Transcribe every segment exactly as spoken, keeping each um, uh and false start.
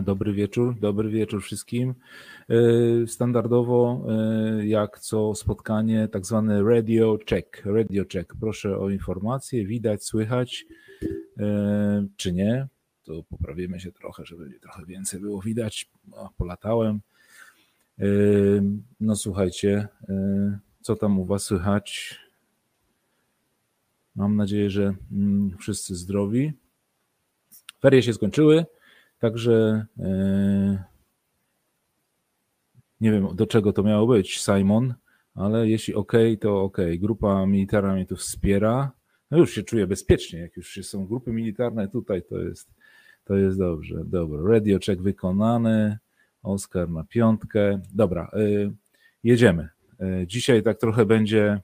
Dobry wieczór, dobry wieczór wszystkim. Standardowo jak co spotkanie, tak zwany radio check, radio check. Proszę o informację, widać, słychać czy nie. To poprawimy się trochę, żeby trochę więcej było widać. O, polatałem. No słuchajcie, co tam u was słychać? Mam nadzieję, że wszyscy zdrowi. Ferie się skończyły. Także nie wiem, do czego to miało być, Simon, ale jeśli ok, to ok. Grupa militarna mnie tu wspiera. No już się czuję bezpiecznie, jak już są grupy militarne tutaj, to jest, to jest dobrze. Dobra, radio check wykonany, Oskar na piątkę. Dobra, jedziemy. Dzisiaj tak trochę będzie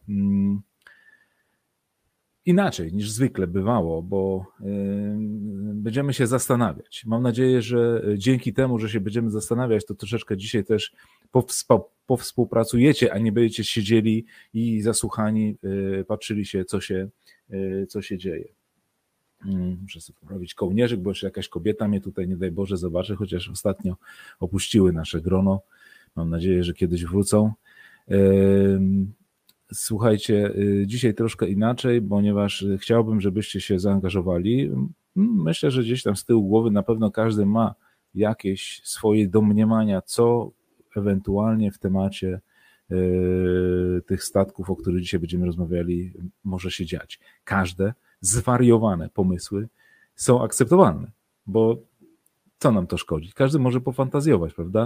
inaczej niż zwykle bywało, bo będziemy się zastanawiać. Mam nadzieję, że dzięki temu, że się będziemy zastanawiać, to troszeczkę dzisiaj też powspółpracujecie, a nie będziecie siedzieli i zasłuchani, patrzyli się, co się, co się dzieje. Muszę sobie poprawić kołnierzyk, bo jeszcze jakaś kobieta mnie tutaj, nie daj Boże, zobaczy, chociaż ostatnio opuściły nasze grono. Mam nadzieję, że kiedyś wrócą. Słuchajcie, dzisiaj troszkę inaczej, ponieważ chciałbym, żebyście się zaangażowali. Myślę, że gdzieś tam z tyłu głowy na pewno każdy ma jakieś swoje domniemania, co ewentualnie w temacie tych statków, o których dzisiaj będziemy rozmawiali, może się dziać. Każde zwariowane pomysły są akceptowalne, bo co nam to szkodzi? Każdy może pofantazjować, prawda?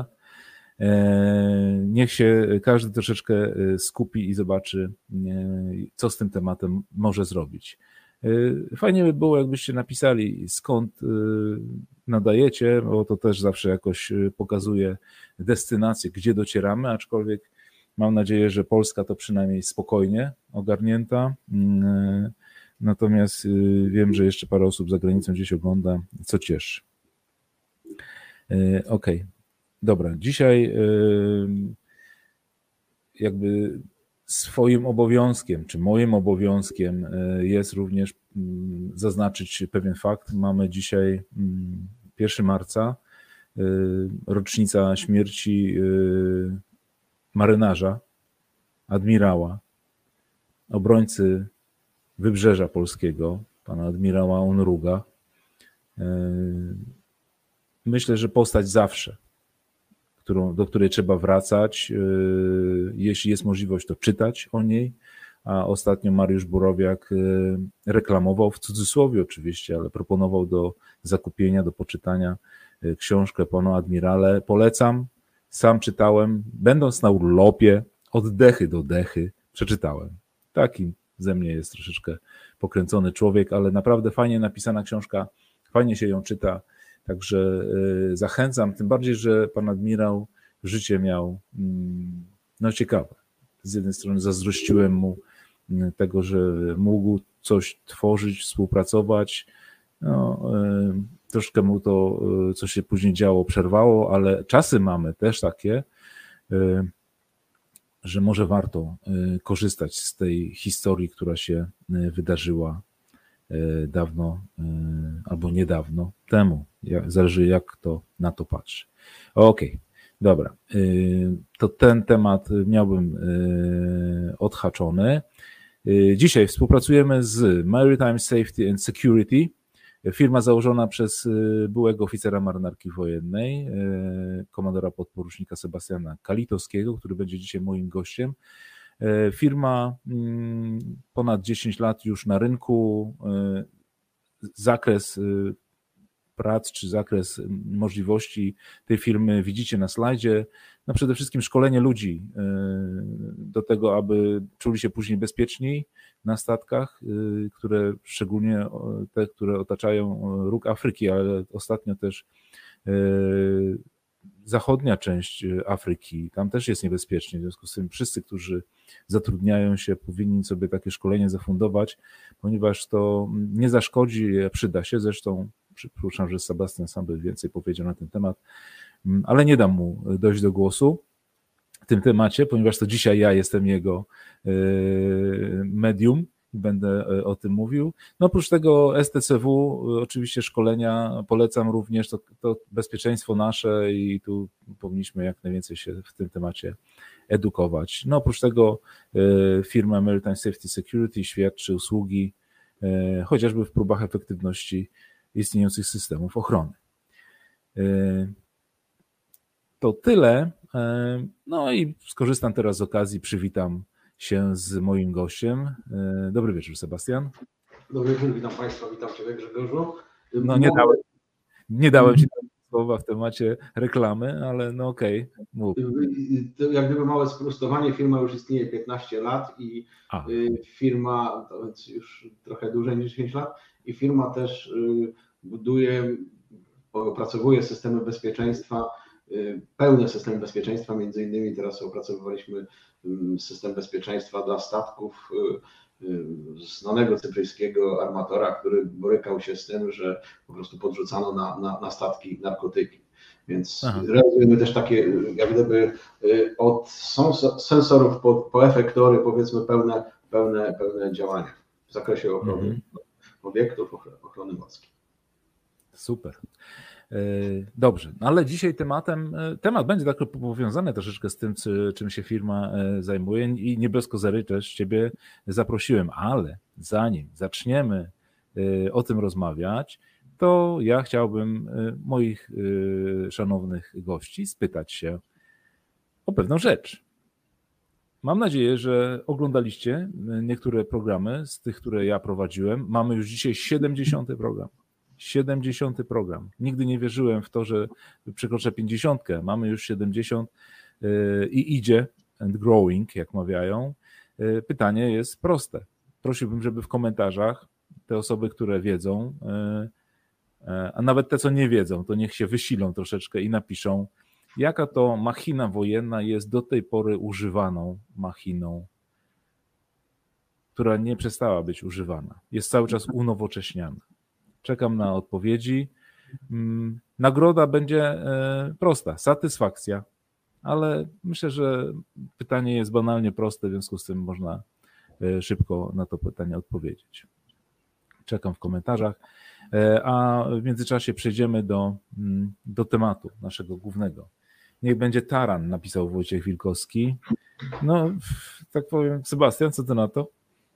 Niech się każdy troszeczkę skupi i zobaczy, co z tym tematem może zrobić. Fajnie by było, jakbyście napisali, skąd nadajecie, bo to też zawsze jakoś pokazuje destynację, gdzie docieramy, aczkolwiek mam nadzieję, że Polska to przynajmniej spokojnie ogarnięta. Natomiast wiem, że jeszcze parę osób za granicą gdzieś ogląda, co cieszy. Okej. Okay. Dobra, dzisiaj jakby swoim obowiązkiem, czy moim obowiązkiem jest również zaznaczyć pewien fakt. Mamy dzisiaj pierwszego marca, rocznica śmierci marynarza, admirała, obrońcy Wybrzeża Polskiego, pana admirała Onruga. Myślę, że postać zawsze, którą, do której trzeba wracać. Jeśli jest możliwość, to czytać o niej. A ostatnio Mariusz Borowiak reklamował, w cudzysłowie oczywiście, ale proponował do zakupienia, do poczytania książkę Panu Admirale. Polecam, sam czytałem, będąc na urlopie, od dechy do dechy, przeczytałem. Taki ze mnie jest troszeczkę pokręcony człowiek, ale naprawdę fajnie napisana książka, fajnie się ją czyta. Także zachęcam, tym bardziej, że pan admirał życie miał no ciekawe. Z jednej strony zazdrościłem mu tego, że mógł coś tworzyć, współpracować. No, troszkę mu to, co się później działo, przerwało, ale czasy mamy też takie, że może warto korzystać z tej historii, która się wydarzyła dawno albo niedawno temu. Zależy, jak to na to patrzy. Okej, okay, dobra. To ten temat miałbym odhaczony. Dzisiaj współpracujemy z Maritime Safety and Security, firma założona przez byłego oficera marynarki wojennej, komandora podporucznika Sebastiana Kalitowskiego, który będzie dzisiaj moim gościem. Firma ponad dziesięć lat już na rynku, zakres prac czy zakres możliwości tej firmy widzicie na slajdzie. No przede wszystkim szkolenie ludzi do tego, aby czuli się później bezpieczniej na statkach, które szczególnie te, które otaczają róg Afryki, ale ostatnio też zachodnia część Afryki, tam też jest niebezpiecznie, w związku z tym wszyscy, którzy zatrudniają się, powinni sobie takie szkolenie zafundować, ponieważ to nie zaszkodzi, przyda się, zresztą przypuszczam, że Sebastian sam by więcej powiedział na ten temat, ale nie dam mu dojść do głosu w tym temacie, ponieważ to dzisiaj ja jestem jego medium i będę o tym mówił. No oprócz tego S T C W, oczywiście szkolenia polecam również, to, to bezpieczeństwo nasze i tu powinniśmy jak najwięcej się w tym temacie edukować. No oprócz tego firma Maritime Safety Security świadczy usługi chociażby w próbach efektywności istniejących systemów ochrony. To tyle. No i skorzystam teraz z okazji, przywitam się z moim gościem. Dobry wieczór, Sebastian. Dobry wieczór, witam Państwa, witam Ciebie, Grzegorzu. No nie dałem, nie dałem Ci słowa w temacie reklamy, ale no okej, okay, mów. Jak gdyby małe sprostowanie, firma już istnieje piętnaście lat i A. firma, to więc już trochę dłużej niż dziesięć lat, i firma też buduje, opracowuje systemy bezpieczeństwa, pełne systemy bezpieczeństwa, między innymi teraz opracowywaliśmy system bezpieczeństwa dla statków znanego cypryjskiego armatora, który borykał się z tym, że po prostu podrzucano na, na, na statki narkotyki. Więc Aha. realizujemy też takie, jak gdyby od sensorów po, po efektory, powiedzmy pełne, pełne, pełne działania w zakresie ochrony mhm. obiektów, ochrony morskiej. Super. Dobrze, ale dzisiaj tematem, temat będzie tak powiązany troszeczkę z tym, czym się firma zajmuje i nie bez kozery też Ciebie zaprosiłem, ale zanim zaczniemy o tym rozmawiać, to ja chciałbym moich szanownych gości spytać się o pewną rzecz. Mam nadzieję, że oglądaliście niektóre programy z tych, które ja prowadziłem. Mamy już dzisiaj siedemdziesiąty program. siedemdziesiąty program. Nigdy nie wierzyłem w to, że przekroczę pięćdziesiątkę. Mamy już siedemdziesiąt i idzie, and growing, jak mawiają. Pytanie jest proste. Prosiłbym, żeby w komentarzach te osoby, które wiedzą, a nawet te, co nie wiedzą, to niech się wysilą troszeczkę i napiszą, jaka to machina wojenna jest do tej pory używaną machiną, która nie przestała być używana. Jest cały czas unowocześniana. Czekam na odpowiedzi. Nagroda będzie prosta, satysfakcja, ale myślę, że pytanie jest banalnie proste, w związku z tym można szybko na to pytanie odpowiedzieć. Czekam w komentarzach, a w międzyczasie przejdziemy do, do tematu naszego głównego. Niech będzie taran, napisał Wojciech Wilkowski. No, tak powiem, Sebastian, co ty na to?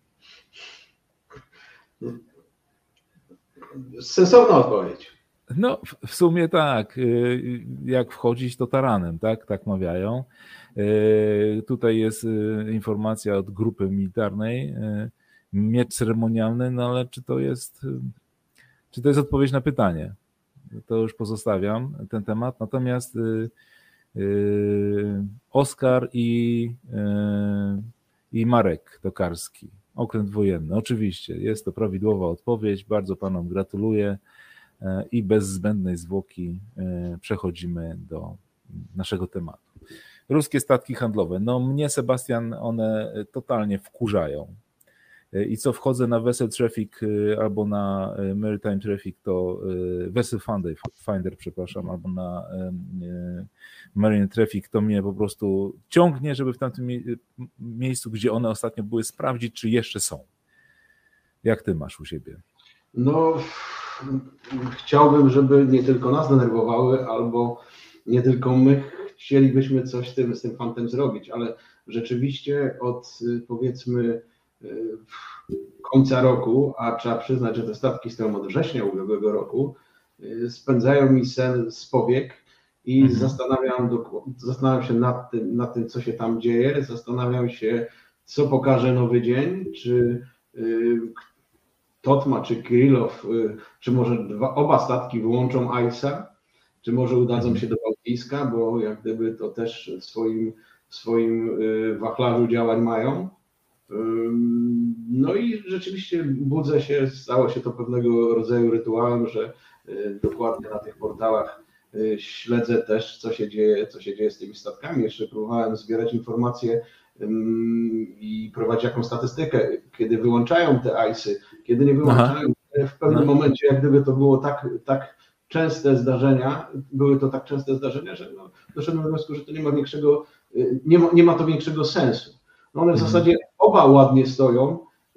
Sensowna odpowiedź. No, w sumie tak. Jak wchodzić, to taranem, tak? Tak mawiają. Tutaj jest informacja od grupy militarnej. Miecz ceremonialny, no ale czy to jest, czy to jest odpowiedź na pytanie? To już pozostawiam ten temat. Natomiast Oskar i, i Marek Tokarski. Okręt wojenny. Oczywiście, jest to prawidłowa odpowiedź. Bardzo panom gratuluję i bez zbędnej zwłoki przechodzimy do naszego tematu. Ruskie statki handlowe. No mnie, Sebastian, one totalnie wkurzają. I co wchodzę na Vessel Traffic albo na Maritime Traffic, to Vessel Finder, Finder, przepraszam, albo na Marine Traffic, to mnie po prostu ciągnie, żeby w tamtym miejscu, gdzie one ostatnio były, sprawdzić, czy jeszcze są. Jak ty masz u siebie? No, chciałbym, żeby nie tylko nas denerwowały, albo nie tylko my chcielibyśmy coś z tym, z tym fantem zrobić, ale rzeczywiście od, powiedzmy, końca roku, a trzeba przyznać, że te statki stoją od września ubiegłego roku, spędzają mi sen z powiek i mhm. zastanawiam, zastanawiam się nad tym, nad tym, co się tam dzieje, zastanawiam się, co pokaże nowy dzień, czy Totma, czy Kirillow, czy może dwa, oba statki wyłączą I S A, czy może udadzą mhm. się do Bałtycka, bo jak gdyby to też w swoim, w swoim wachlarzu działań mają. No i rzeczywiście budzę się, stało się to pewnego rodzaju rytuałem, że dokładnie na tych portalach śledzę też, co się dzieje, co się dzieje z tymi statkami. Jeszcze próbowałem zbierać informacje i prowadzić jakąś statystykę, kiedy wyłączają te I S Y, kiedy nie wyłączają. Aha. W pewnym no. momencie, jak gdyby to było tak, tak częste zdarzenia, były to tak częste zdarzenia, że no, doszedłem do wniosku, że to nie ma większego, nie ma, nie ma to większego sensu. No one w mhm. zasadzie oba ładnie stoją,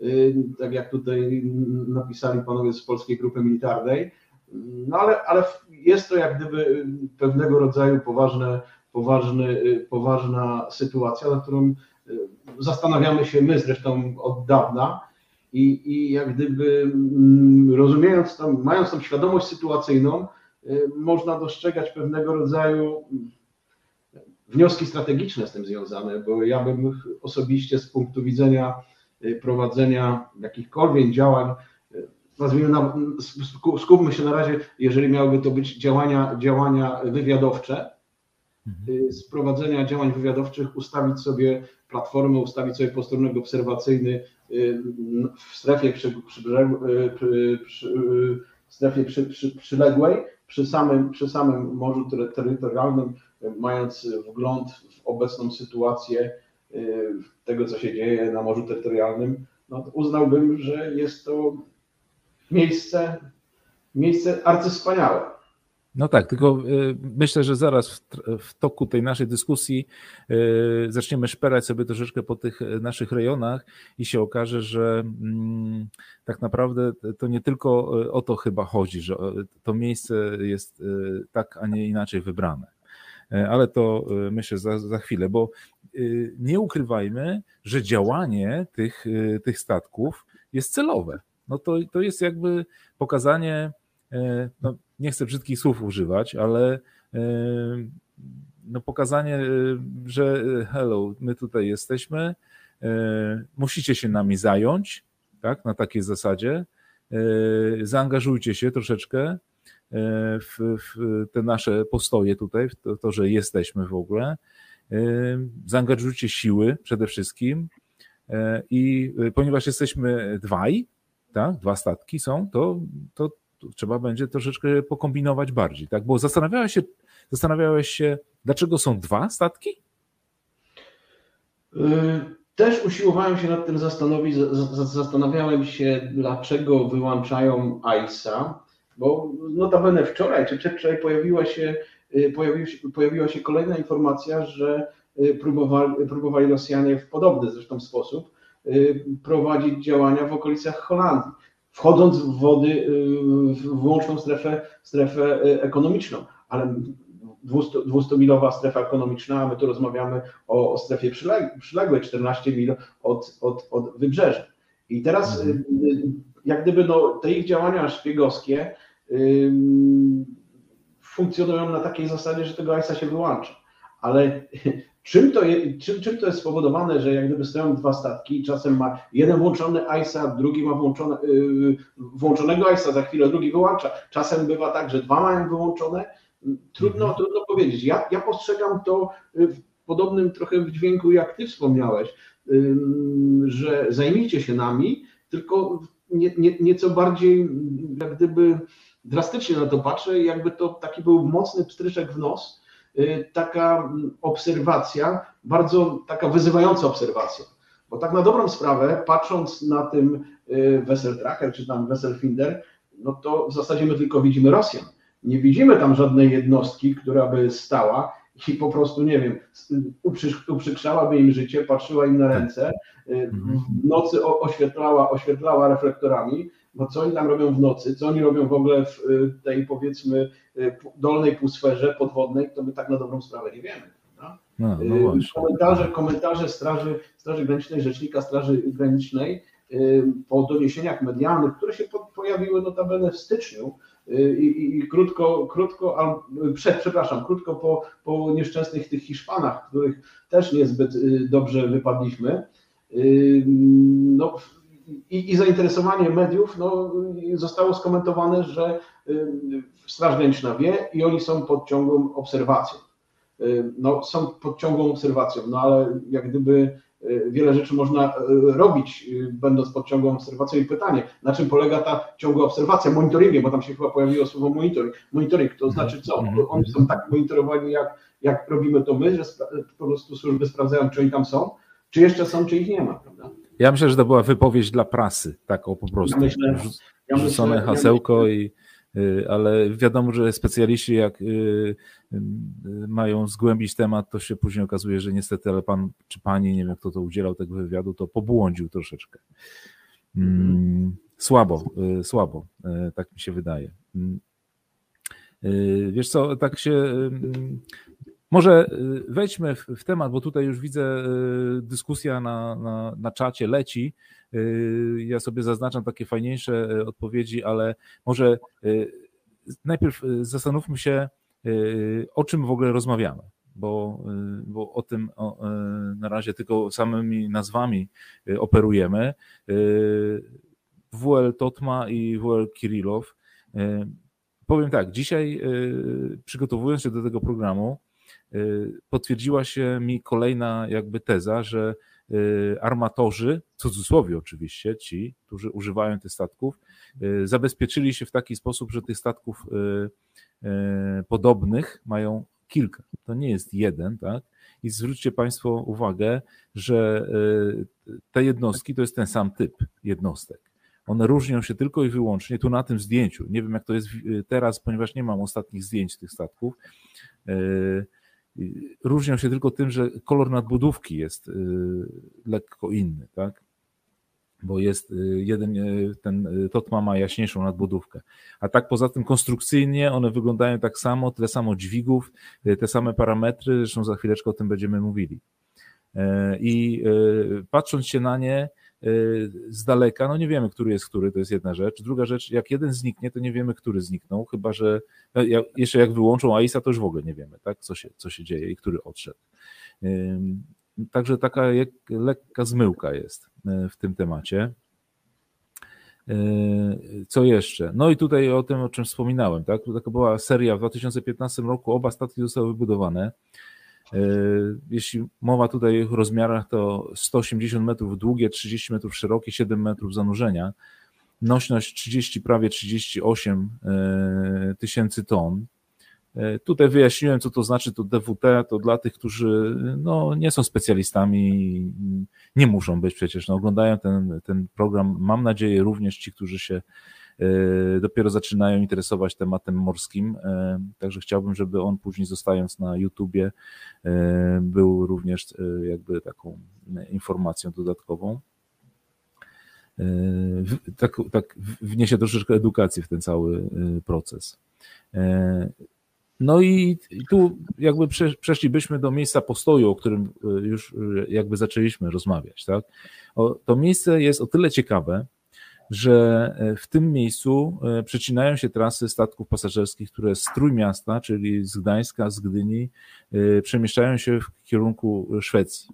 tak jak tutaj napisali panowie z Polskiej Grupy Militarnej, no ale, ale jest to jak gdyby pewnego rodzaju poważne, poważny, poważna sytuacja, nad którą zastanawiamy się my zresztą od dawna i, i jak gdyby rozumiejąc tą, mając tą świadomość sytuacyjną, można dostrzegać pewnego rodzaju wnioski strategiczne z tym związane, bo ja bym osobiście z punktu widzenia prowadzenia jakichkolwiek działań, nazwijmy na, skupmy się na razie, jeżeli miałyby to być działania, działania wywiadowcze, z prowadzenia działań wywiadowczych ustawić sobie platformę, ustawić sobie posterunek obserwacyjny w strefie, przy, przy, przy, przy, w strefie przy, przy, przyległej, przy samym, przy samym morzu terytorialnym, mając wgląd w obecną sytuację tego, co się dzieje na morzu terytorialnym, no, uznałbym, że jest to miejsce, miejsce arcywspaniałe. No tak, tylko myślę, że zaraz w, w toku tej naszej dyskusji zaczniemy szperać sobie troszeczkę po tych naszych rejonach i się okaże, że tak naprawdę to nie tylko o to chyba chodzi, że to miejsce jest tak, a nie inaczej wybrane. Ale to myślę za, za chwilę, bo nie ukrywajmy, że działanie tych, tych statków jest celowe. No to, to jest jakby pokazanie, no nie chcę brzydkich słów używać, ale no pokazanie, że hello, my tutaj jesteśmy, musicie się nami zająć, tak, na takiej zasadzie, zaangażujcie się troszeczkę w, w te nasze postoje tutaj, w to, to, że jesteśmy w ogóle, zaangażujcie siły przede wszystkim i ponieważ jesteśmy dwaj, tak, dwa statki są, to, to trzeba będzie troszeczkę pokombinować bardziej, tak? Bo zastanawiałeś się, zastanawiałeś się, dlaczego są dwa statki? Też usiłowałem się nad tym zastanowić, zastanawiałem się, dlaczego wyłączają I S A, bo notabene wczoraj czy przedwczoraj pojawiła się, pojawiła się, pojawiła się kolejna informacja, że próbowali, próbowali Rosjanie w podobny zresztą sposób prowadzić działania w okolicach Holandii, wchodząc w wody, w wyłączną strefę, strefę ekonomiczną, ale dwustumilowa strefa ekonomiczna, a my tu rozmawiamy o, o strefie przyległej, czternaście mil od, od, od wybrzeża. I teraz mhm. jak gdyby no, te ich działania szpiegowskie ym, funkcjonują na takiej zasadzie, że tego I S A się wyłącza. Ale czym to, je, czym, czym to jest spowodowane, że jak gdyby stoją dwa statki i czasem ma jeden włączony I S A, drugi ma włączone, yy, włączonego I S A, za chwilę drugi wyłącza. Czasem bywa tak, że dwa mają wyłączone. Trudno, mhm. trudno powiedzieć. Ja, ja postrzegam to w podobnym trochę dźwięku, jak ty wspomniałeś, yy, że zajmijcie się nami, tylko nie, nie, nieco bardziej jak gdyby drastycznie na to patrzę, jakby to taki był mocny pstryczek w nos, taka obserwacja, bardzo taka wyzywająca obserwacja, bo tak na dobrą sprawę, patrząc na tym Vessel Tracker czy tam Vessel Finder, no to w zasadzie my tylko widzimy Rosjan. Nie widzimy tam żadnej jednostki, która by stała i po prostu, nie wiem, uprzykrzałaby im życie, patrzyła im na ręce, w nocy oświetlała, oświetlała reflektorami, bo co oni tam robią w nocy, co oni robią w ogóle w tej, powiedzmy, dolnej półsferze podwodnej, to my tak na dobrą sprawę nie wiemy. No, no komentarze, komentarze Straży, Straży Granicznej, Rzecznika Straży Granicznej po doniesieniach medialnych, które się pojawiły notabene w styczniu i, i, i krótko, krótko przed, przepraszam, krótko po, po nieszczęsnych tych Hiszpanach, których też niezbyt dobrze wypadliśmy, no, I, i zainteresowanie mediów no, zostało skomentowane, że Straż Graniczna wie i oni są pod ciągłą obserwacją. No, są pod ciągłą obserwacją, no ale jak gdyby wiele rzeczy można robić, będąc pod ciągłą obserwacją i pytanie, na czym polega ta ciągła obserwacja, monitoringiem, bo tam się chyba pojawiło słowo monitoring. Monitoring to znaczy co? Oni są tak monitorowani, jak, jak robimy to my, że po prostu służby sprawdzają, czy oni tam są, czy jeszcze są, czy ich nie ma, prawda? Ja myślę, że to była wypowiedź dla prasy, tak o po prostu, ja myślę, ja rzucone myślę, hasełko, ja i, ale wiadomo, że specjaliści jak mają zgłębić temat, to się później okazuje, że niestety, ale pan czy pani, nie wiem kto to udzielał tego wywiadu, to pobłądził troszeczkę. Mm, słabo, słabo, tak mi się wydaje. Wiesz co, tak się... Może wejdźmy w, w temat, bo tutaj już widzę dyskusja na, na, na czacie leci. Ja sobie zaznaczam takie fajniejsze odpowiedzi, ale może najpierw zastanówmy się, o czym w ogóle rozmawiamy, bo, bo o tym o, na razie tylko samymi nazwami operujemy. W L Totma i W L Kirillow. Powiem tak, dzisiaj przygotowując się do tego programu, potwierdziła się mi kolejna jakby teza, że armatorzy, w cudzysłowie oczywiście, ci, którzy używają tych statków, zabezpieczyli się w taki sposób, że tych statków podobnych mają kilka. To nie jest jeden, tak? I zwróćcie Państwo uwagę, że te jednostki to jest ten sam typ jednostek. One różnią się tylko i wyłącznie tu na tym zdjęciu. Nie wiem, jak to jest teraz, ponieważ nie mam ostatnich zdjęć tych statków. Różnią się tylko tym, że kolor nadbudówki jest lekko inny, tak? Bo jest jeden, ten Totma ma jaśniejszą nadbudówkę. A tak poza tym konstrukcyjnie one wyglądają tak samo, tyle samo dźwigów, te same parametry, zresztą za chwileczkę o tym będziemy mówili. I patrząc się na nie z daleka, no nie wiemy, który jest który, to jest jedna rzecz. Druga rzecz, jak jeden zniknie, to nie wiemy, który zniknął, chyba że jeszcze jak wyłączą AIS-a, to już w ogóle nie wiemy, tak, co się, co się dzieje i który odszedł. Także taka lekka zmyłka jest w tym temacie. Co jeszcze? No i tutaj o tym, o czym wspominałem, tak? Taka była seria w dwa tysiące piętnastym roku, oba statki zostały wybudowane. Jeśli mowa tutaj o ich rozmiarach, to sto osiemdziesiąt metrów długie, trzydzieści metrów szerokie, siedem metrów zanurzenia, nośność trzydzieści, prawie trzydzieści osiem tysięcy ton. Tutaj wyjaśniłem, co to znaczy to D W T, to dla tych, którzy no, nie są specjalistami, nie muszą być przecież, no, oglądają ten, ten program, mam nadzieję również ci, którzy się dopiero zaczynają interesować tematem morskim, także chciałbym, żeby on później zostając na YouTubie był również jakby taką informacją dodatkową. Tak, tak wniesie troszeczkę edukacji w ten cały proces. No i tu jakby przeszlibyśmy do miejsca postoju, o którym już jakby zaczęliśmy rozmawiać, tak? To miejsce jest o tyle ciekawe, że w tym miejscu przecinają się trasy statków pasażerskich, które z Trójmiasta, czyli z Gdańska, z Gdyni, przemieszczają się w kierunku Szwecji.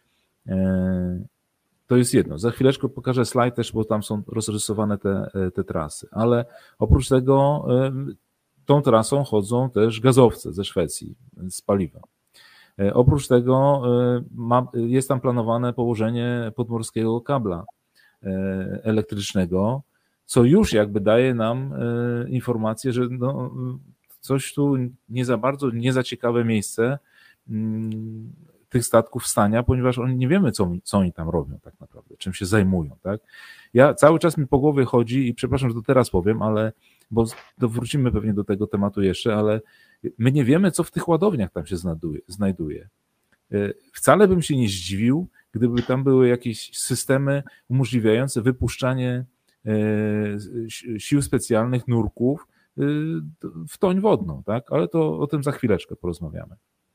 To jest jedno. Za chwileczkę pokażę slajd też, bo tam są rozrysowane te, te trasy. Ale oprócz tego tą trasą chodzą też gazowce ze Szwecji z paliwem. Oprócz tego ma, jest tam planowane położenie podmorskiego kabla elektrycznego, co już jakby daje nam informację, że no, coś tu nie za bardzo, nie za ciekawe miejsce tych statków stania, ponieważ oni nie wiemy, co, co oni tam robią tak naprawdę, czym się zajmują, tak? Ja cały czas mi po głowie chodzi i przepraszam, że to teraz powiem, ale bo wrócimy pewnie do tego tematu jeszcze, ale my nie wiemy, co w tych ładowniach tam się znajduje. znajduje. Wcale bym się nie zdziwił, gdyby tam były jakieś systemy umożliwiające wypuszczanie sił specjalnych, nurków w toń wodną, tak? Ale to o tym za chwileczkę porozmawiamy.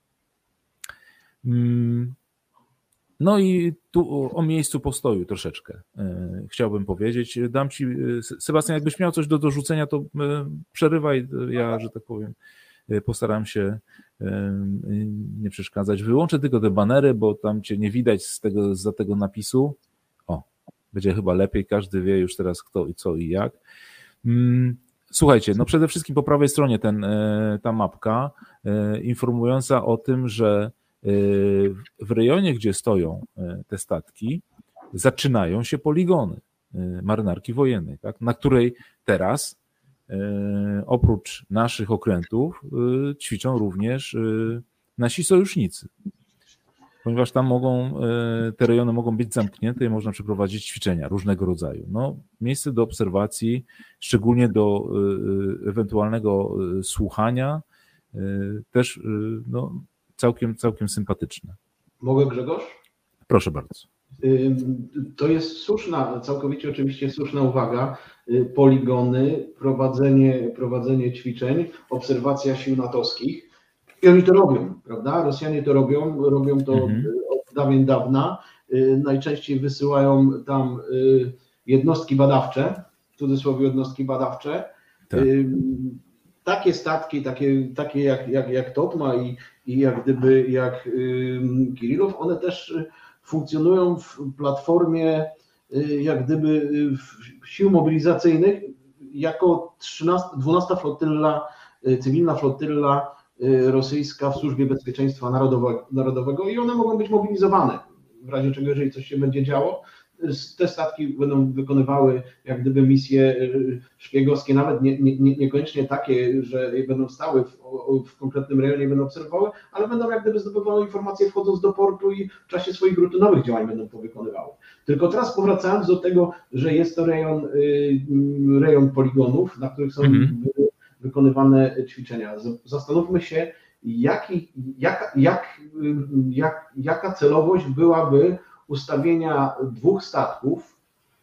No i tu o miejscu postoju troszeczkę chciałbym powiedzieć. Dam ci, Sebastian, jakbyś miał coś do dorzucenia, to przerywaj, ja, że tak powiem, postaram się nie przeszkadzać. Wyłączę tylko te banery, bo tam cię nie widać z tego, za tego napisu. O, będzie chyba lepiej, każdy wie już teraz kto i co i jak. Słuchajcie, no przede wszystkim po prawej stronie ten, ta mapka informująca o tym, że w rejonie, gdzie stoją te statki, zaczynają się poligony marynarki wojennej, tak? Na której teraz oprócz naszych okrętów ćwiczą również nasi sojusznicy, ponieważ tam mogą, te rejony mogą być zamknięte i można przeprowadzić ćwiczenia różnego rodzaju. No, miejsce do obserwacji, szczególnie do ewentualnego słuchania, też no, całkiem, całkiem sympatyczne. Mogę, Grzegorz? Proszę bardzo. To jest słuszna, całkowicie oczywiście słuszna uwaga. Poligony, prowadzenie, prowadzenie ćwiczeń, obserwacja sił natowskich. I oni to robią, prawda? Rosjanie to robią, robią to mhm. od dawien dawna. Najczęściej wysyłają tam jednostki badawcze, w cudzysłowie jednostki badawcze. Tak. Takie statki, takie, takie jak, jak, jak Totma i, i jak gdyby jak Kirillow, one też funkcjonują w platformie jak gdyby sił mobilizacyjnych jako dwunasta flotylla, cywilna flotylla rosyjska w Służbie Bezpieczeństwa Narodowego, Narodowego i one mogą być mobilizowane w razie czego, jeżeli coś się będzie działo. Te statki będą wykonywały jak gdyby misje szpiegowskie, nawet nie, nie, niekoniecznie takie, że będą stały w, w konkretnym rejonie, będą obserwowały, ale będą jak gdyby zdobywały informacje wchodząc do portu i w czasie swoich rutynowych działań będą to wykonywały. Tylko teraz powracając do tego, że jest to rejon, rejon poligonów, na których są mhm. wykonywane ćwiczenia. Zastanówmy się, jaki, jak, jak, jak, jaka celowość byłaby ustawienia dwóch statków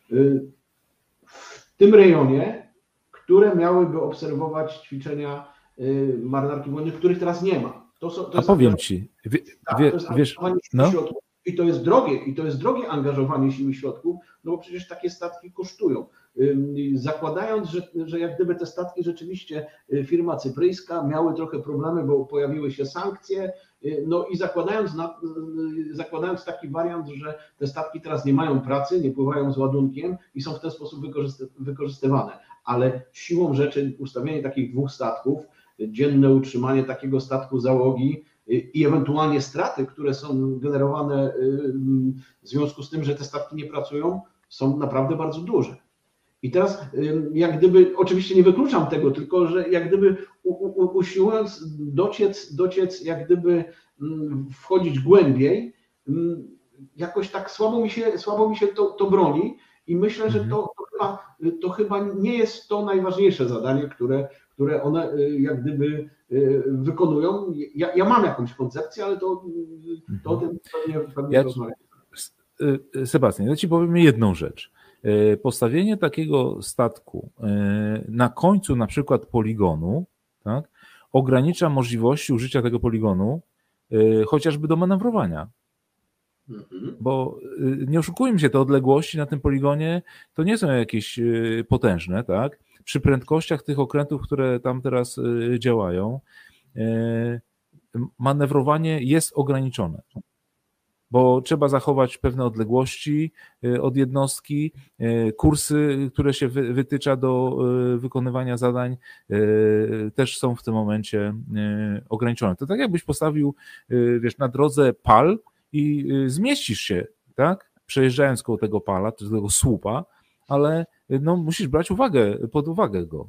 w tym rejonie, które miałyby obserwować ćwiczenia marynarki wojennej, których teraz nie ma. To, są, to A jest powiem ci, wie, tak, wie, to jest wiesz, no? środków. I to jest drogie, i to jest drogie angażowanie sił i środków, no bo przecież takie statki kosztują. Zakładając, że, że jak gdyby te statki rzeczywiście firma cypryjska miały trochę problemy, bo pojawiły się sankcje, no i zakładając, na, zakładając taki wariant, że te statki teraz nie mają pracy, nie pływają z ładunkiem i są w ten sposób wykorzystywane, ale siłą rzeczy ustawienie takich dwóch statków, dzienne utrzymanie takiego statku załogi i ewentualnie straty, które są generowane w związku z tym, że te statki nie pracują, są naprawdę bardzo duże. I teraz jak gdyby, oczywiście nie wykluczam tego, tylko że jak gdyby u, u, usiłując dociec, dociec, jak gdyby wchodzić głębiej, jakoś tak słabo mi się, słabo mi się to, to broni i myślę, że to, to, chyba, to chyba nie jest to najważniejsze zadanie, które, które one jak gdyby wykonują. Ja, ja mam jakąś koncepcję, ale to, to o tym pewnie, pewnie ja, rozmawiam. Sebastian, ja ci powiem jedną rzecz. Postawienie takiego statku na końcu na przykład poligonu, tak, ogranicza możliwości użycia tego poligonu chociażby do manewrowania. Mhm. Bo nie oszukujmy się, te odległości na tym poligonie to nie są jakieś potężne, tak? Przy prędkościach tych okrętów, które tam teraz działają, manewrowanie jest ograniczone. Bo trzeba zachować pewne odległości od jednostki, kursy, które się wytycza do wykonywania zadań, też są w tym momencie ograniczone. To tak jakbyś postawił, wiesz, na drodze pal i zmieścisz się, tak, przejeżdżając koło tego pala, tego słupa, ale no, musisz brać uwagę, pod uwagę go.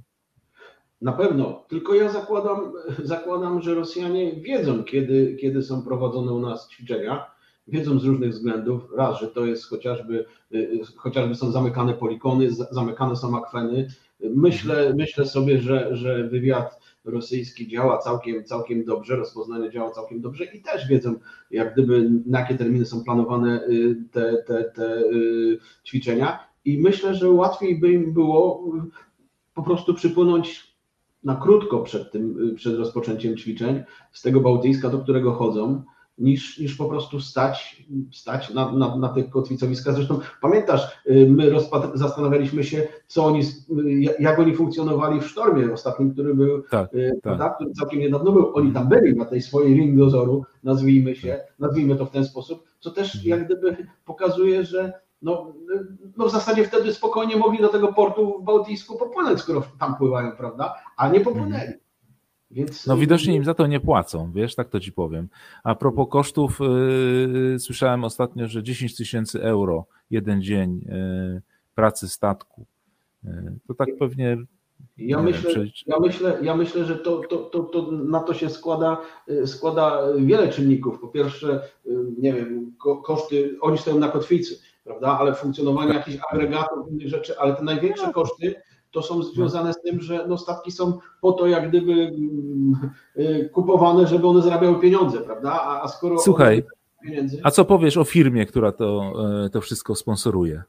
Na pewno, tylko ja zakładam, zakładam, że Rosjanie wiedzą, kiedy, kiedy są prowadzone u nas ćwiczenia, wiedzą z różnych względów, raz, że to jest chociażby, chociażby są zamykane poligony, zamykane są akweny. Myślę, myślę sobie, że, że wywiad rosyjski działa całkiem, całkiem dobrze, rozpoznanie działa całkiem dobrze i też wiedzą, jak gdyby na jakie terminy są planowane te, te, te ćwiczenia i myślę, że łatwiej by im było po prostu przypłynąć na krótko przed tym, przed rozpoczęciem ćwiczeń z tego Bałtycka, do którego chodzą, niż, niż po prostu stać, stać na, na, na tych kotwicowiskach. Zresztą pamiętasz, my rozpatr- zastanawialiśmy się, co oni, jak oni funkcjonowali w sztormie ostatnim, który był, tak, prawda, tak. który całkiem niedawno był. Oni tam byli na tej swojej ring dozoru, nazwijmy się, nazwijmy to w ten sposób, co też jak gdyby pokazuje, że no, no w zasadzie wtedy spokojnie mogli do tego portu w Bałtycku popłynąć, skoro tam pływają, prawda, a nie popłynęli. Więc... No widocznie im za to nie płacą, wiesz, tak to ci powiem. A propos kosztów, yy, słyszałem ostatnio, że dziesięć tysięcy euro jeden dzień yy, pracy statku. Yy, to tak pewnie... Ja myślę, wiem, czy... ja myślę, ja myślę, że to, to, to, to na to się składa, składa wiele czynników. Po pierwsze, nie wiem, ko, koszty, oni stoją na kotwicy, prawda, ale funkcjonowanie jakichś agregatów, innych rzeczy, ale te największe koszty to są związane z tym, że no, statki są po to jak gdyby kupowane, żeby one zarabiały pieniądze, prawda? A, a skoro Słuchaj, pieniędzy. A co powiesz o firmie, która to, to wszystko sponsoruje?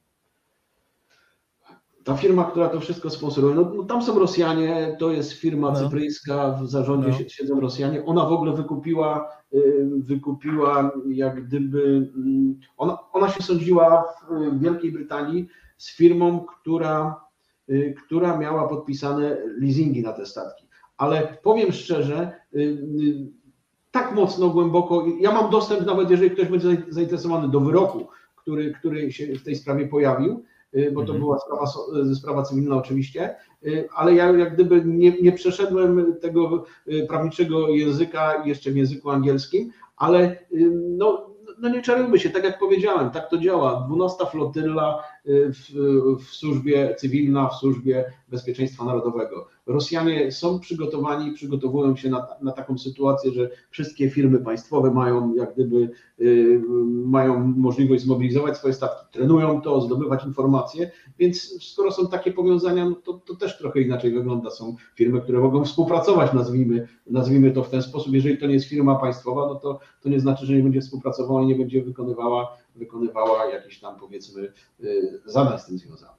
Ta firma, która to wszystko sponsoruje, no, no tam są Rosjanie, to jest firma no. cypryjska, w zarządzie no. siedzą Rosjanie. Ona w ogóle wykupiła, wykupiła jak gdyby, ona, ona się sądziła w Wielkiej Brytanii z firmą, która, która miała podpisane leasingi na te statki. Ale powiem szczerze, tak mocno, głęboko, ja mam dostęp, nawet jeżeli ktoś będzie zainteresowany, do wyroku, który, który się w tej sprawie pojawił, bo to była sprawa, sprawa cywilna oczywiście, ale ja jak gdyby nie, nie przeszedłem tego prawniczego języka jeszcze w języku angielskim, ale no, no nie czarujmy się, tak jak powiedziałem, tak to działa. dwunasta flotylla w, w służbie cywilna, w służbie bezpieczeństwa narodowego. Rosjanie są przygotowani, przygotowują się na, na taką sytuację, że wszystkie firmy państwowe mają jak gdyby y, mają możliwość zmobilizować swoje statki, trenują to, zdobywać informacje, więc skoro są takie powiązania, no to, to też trochę inaczej wygląda. Są firmy, które mogą współpracować, nazwijmy, nazwijmy to w ten sposób. Jeżeli to nie jest firma państwowa, no to, to nie znaczy, że nie będzie współpracowała i nie będzie wykonywała, wykonywała jakichś tam powiedzmy y, zadań z tym związanych.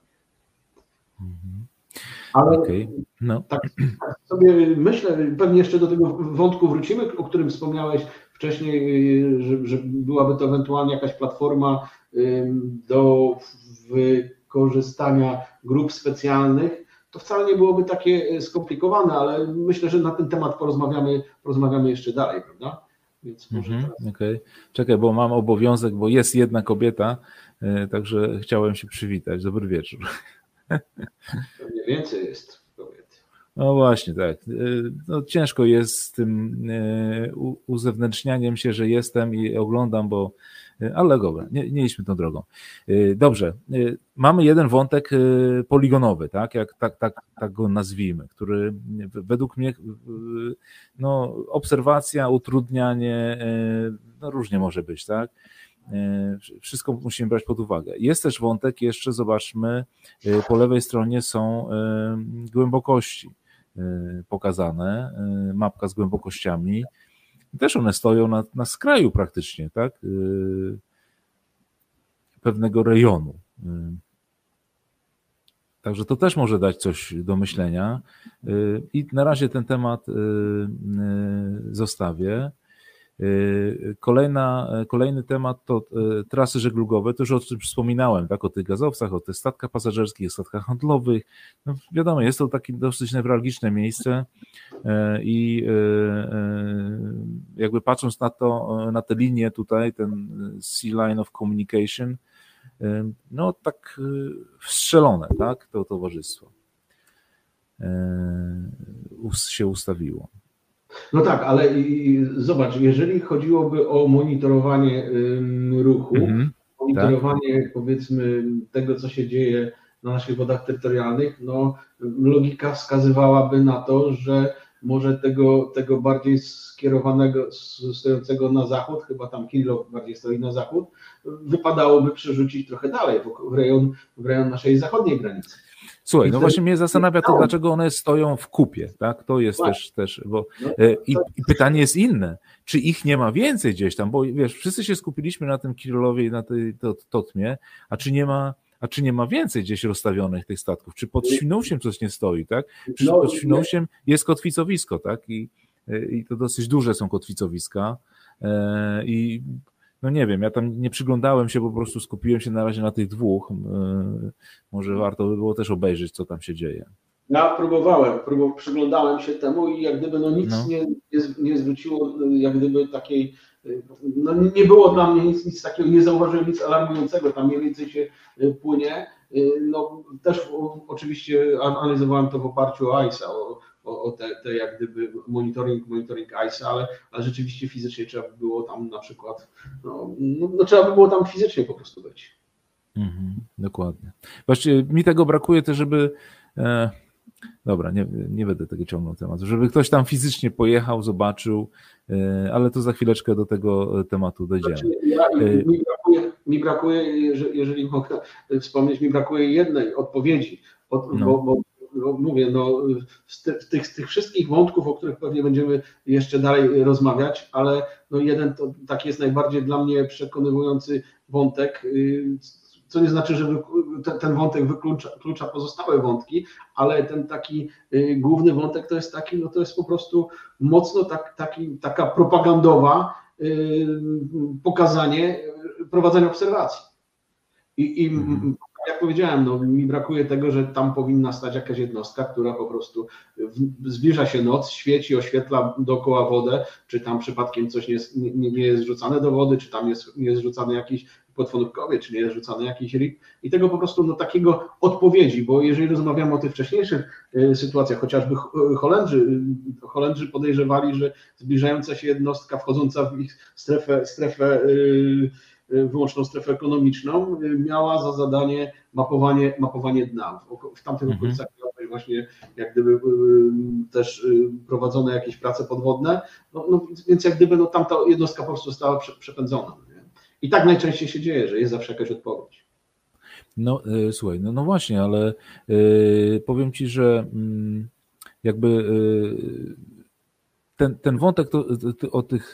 Ale okay. no. tak, tak sobie myślę, pewnie jeszcze do tego wątku wrócimy, o którym wspomniałeś wcześniej, że, że byłaby to ewentualnie jakaś platforma do wykorzystania grup specjalnych. To wcale nie byłoby takie skomplikowane, ale myślę, że na ten temat porozmawiamy, porozmawiamy jeszcze dalej, prawda? Więc może mhm, teraz... okay. Czekaj, bo mam obowiązek, bo jest jedna kobieta, także chciałem się przywitać. Dobry wieczór. Pewnie więcej jest kobiet. No właśnie, tak. No, ciężko jest z tym uzewnętrznianiem się, że jestem i oglądam, bo ale dobra, nie, nie idźmy tą drogą. Dobrze, mamy jeden wątek poligonowy, tak, jak, tak, tak, tak go nazwijmy, który według mnie no, obserwacja, utrudnianie, no różnie może być, tak. Wszystko musimy brać pod uwagę. Jest też wątek, jeszcze zobaczmy, po lewej stronie są głębokości pokazane, mapka z głębokościami. Też one stoją na, na skraju praktycznie, tak? Pewnego rejonu. Także to też może dać coś do myślenia. I na razie ten temat zostawię. Kolejna, kolejny temat to trasy żeglugowe, to już o czym wspominałem, tak, o tych gazowcach, o tych statkach pasażerskich, statkach handlowych. No wiadomo, jest to takie dosyć newralgiczne miejsce i jakby patrząc na to, na te linie tutaj, ten Sea Line of Communication, no tak wstrzelone, tak, to towarzystwo się ustawiło. No tak, ale zobacz, jeżeli chodziłoby o monitorowanie ruchu, mm-hmm, monitorowanie tak. powiedzmy tego, co się dzieje na naszych wodach terytorialnych, no logika wskazywałaby na to, że może tego, tego bardziej skierowanego, stojącego na zachód, chyba tam Kirillow bardziej stoi na zachód, wypadałoby przerzucić trochę dalej, w rejon, w rejon naszej zachodniej granicy. Słuchaj, no właśnie mnie zastanawia to, dlaczego one stoją w kupie, tak? To jest też, też, bo i, i pytanie jest inne, czy ich nie ma więcej gdzieś tam, bo wiesz, wszyscy się skupiliśmy na tym Kirillowie i na tej Totmie, a czy nie ma, a czy nie ma więcej gdzieś rozstawionych tych statków? Czy pod Świnoujściem coś nie stoi, tak? Przecież pod Świnoujściem jest kotwicowisko, tak? I, i to dosyć duże są kotwicowiska i no nie wiem, ja tam nie przyglądałem się, po prostu skupiłem się na razie na tych dwóch. Może warto by było też obejrzeć, co tam się dzieje. Ja próbowałem, próbow, przyglądałem się temu i jak gdyby no nic no. Nie, nie, nie zwróciło jak gdyby takiej, no nie było dla mnie nic, nic takiego, nie zauważyłem nic alarmującego, tam mniej więcej się płynie. No też oczywiście analizowałem to w oparciu o I S A, o, o te, te jak gdyby monitoring, monitoring I S A, ale, ale rzeczywiście fizycznie trzeba by było tam na przykład, no, no, no trzeba by było tam fizycznie po prostu być. Mhm, dokładnie. Właściwie mi tego brakuje też, żeby e, dobra, nie, nie będę tego ciągnął tematu, żeby ktoś tam fizycznie pojechał, zobaczył, e, ale to za chwileczkę do tego tematu dojdziemy. Znaczy, ja, mi, brakuje, mi brakuje, jeżeli mogę wspomnieć, mi brakuje jednej odpowiedzi, od, no. bo, bo no mówię, no, z, ty, z, tych, z tych wszystkich wątków, o których pewnie będziemy jeszcze dalej rozmawiać, ale no jeden to taki jest najbardziej dla mnie przekonywujący wątek, co nie znaczy, że ten, ten wątek wyklucza wyklucza pozostałe wątki, ale ten taki główny wątek to jest taki, no to jest po prostu mocno tak, taki, taka propagandowa pokazanie prowadzenia obserwacji. I, i mhm. jak powiedziałem, no, mi brakuje tego, że tam powinna stać jakaś jednostka, która po prostu zbliża się noc, świeci, oświetla dookoła wodę, czy tam przypadkiem coś nie jest, nie, nie jest rzucane do wody, czy tam jest, nie jest rzucany jakiś płetwonurkowiec, czy nie jest rzucany jakiś rig i tego po prostu no, takiego odpowiedzi, bo jeżeli rozmawiamy o tych wcześniejszych y, sytuacjach, chociażby Holendrzy, y, Holendrzy podejrzewali, że zbliżająca się jednostka wchodząca w ich strefę, strefę y, wyłączną strefę ekonomiczną, miała za zadanie mapowanie, mapowanie dna. W tamtych mhm. okolicach miały właśnie jak gdyby też prowadzone jakieś prace podwodne, no, no, więc jak gdyby no, tamta jednostka po prostu została prze, przepędzona. Nie? I tak najczęściej się dzieje, że jest zawsze jakaś odpowiedź. No y, słuchaj, no, no właśnie, ale y, powiem Ci, że y, jakby y, Ten, ten wątek to, to, o, tych,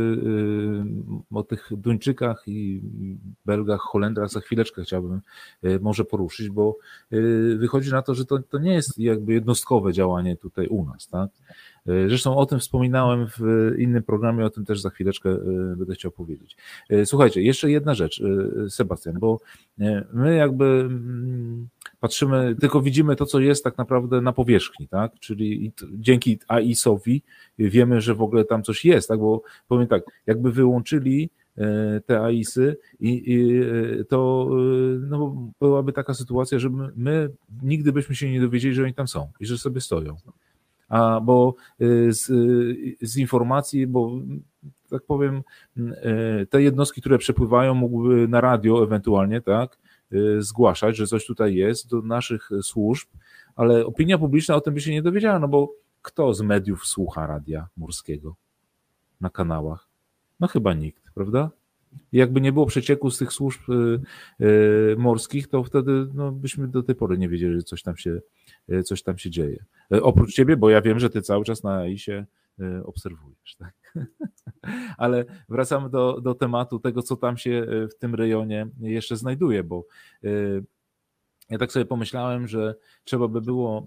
o tych Duńczykach i Belgach, Holendrach za chwileczkę chciałbym może poruszyć, bo wychodzi na to, że to, to nie jest jakby jednostkowe działanie tutaj u nas, tak? Zresztą o tym wspominałem w innym programie, o tym też za chwileczkę będę chciał powiedzieć. Słuchajcie, jeszcze jedna rzecz, Sebastian, bo my jakby patrzymy, tylko widzimy to, co jest tak naprawdę na powierzchni, tak? Czyli dzięki A I S-owi wiemy, że w ogóle tam coś jest, tak? Bo powiem tak, jakby wyłączyli te A I S-y i, i to no, byłaby taka sytuacja, że my, my nigdy byśmy się nie dowiedzieli, że oni tam są i że sobie stoją. A bo z, z informacji, bo tak powiem, te jednostki, które przepływają, mógłby na radio ewentualnie, tak, zgłaszać, że coś tutaj jest do naszych służb, ale opinia publiczna o tym by się nie dowiedziała, no bo kto z mediów słucha radia morskiego na kanałach? No chyba nikt, prawda? I jakby nie było przecieku z tych służb morskich, to wtedy no, byśmy do tej pory nie wiedzieli, że coś tam się, coś tam się dzieje. Oprócz ciebie, bo ja wiem, że ty cały czas na A I S-ie obserwujesz, tak? Ale wracamy do, do tematu tego, co tam się w tym rejonie jeszcze znajduje, bo ja tak sobie pomyślałem, że trzeba by było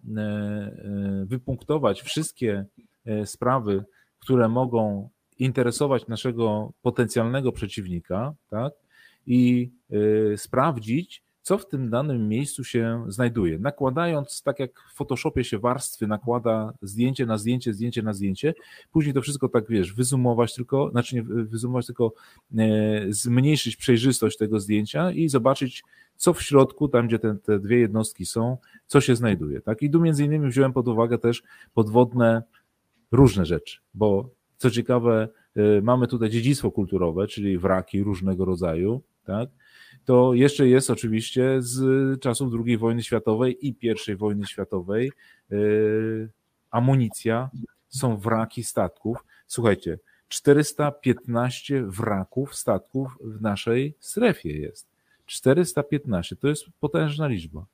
wypunktować wszystkie sprawy, które mogą interesować naszego potencjalnego przeciwnika, tak? I sprawdzić, co w tym danym miejscu się znajduje. Nakładając, tak jak w Photoshopie się warstwy nakłada zdjęcie na zdjęcie, zdjęcie na zdjęcie, później to wszystko tak, wiesz, wyzumować tylko, znaczy nie wyzumować, tylko zmniejszyć przejrzystość tego zdjęcia i zobaczyć, co w środku, tam gdzie te, te dwie jednostki są, co się znajduje. Tak? I tu między innymi wziąłem pod uwagę też podwodne różne rzeczy, bo co ciekawe, mamy tutaj dziedzictwo kulturowe, czyli wraki różnego rodzaju, tak? To jeszcze jest oczywiście z czasów drugiej wojny światowej i pierwszej wojny światowej yy, amunicja, są wraki statków. Słuchajcie, czterysta piętnaście wraków statków w naszej strefie jest. czterysta piętnaście, to jest potężna liczba.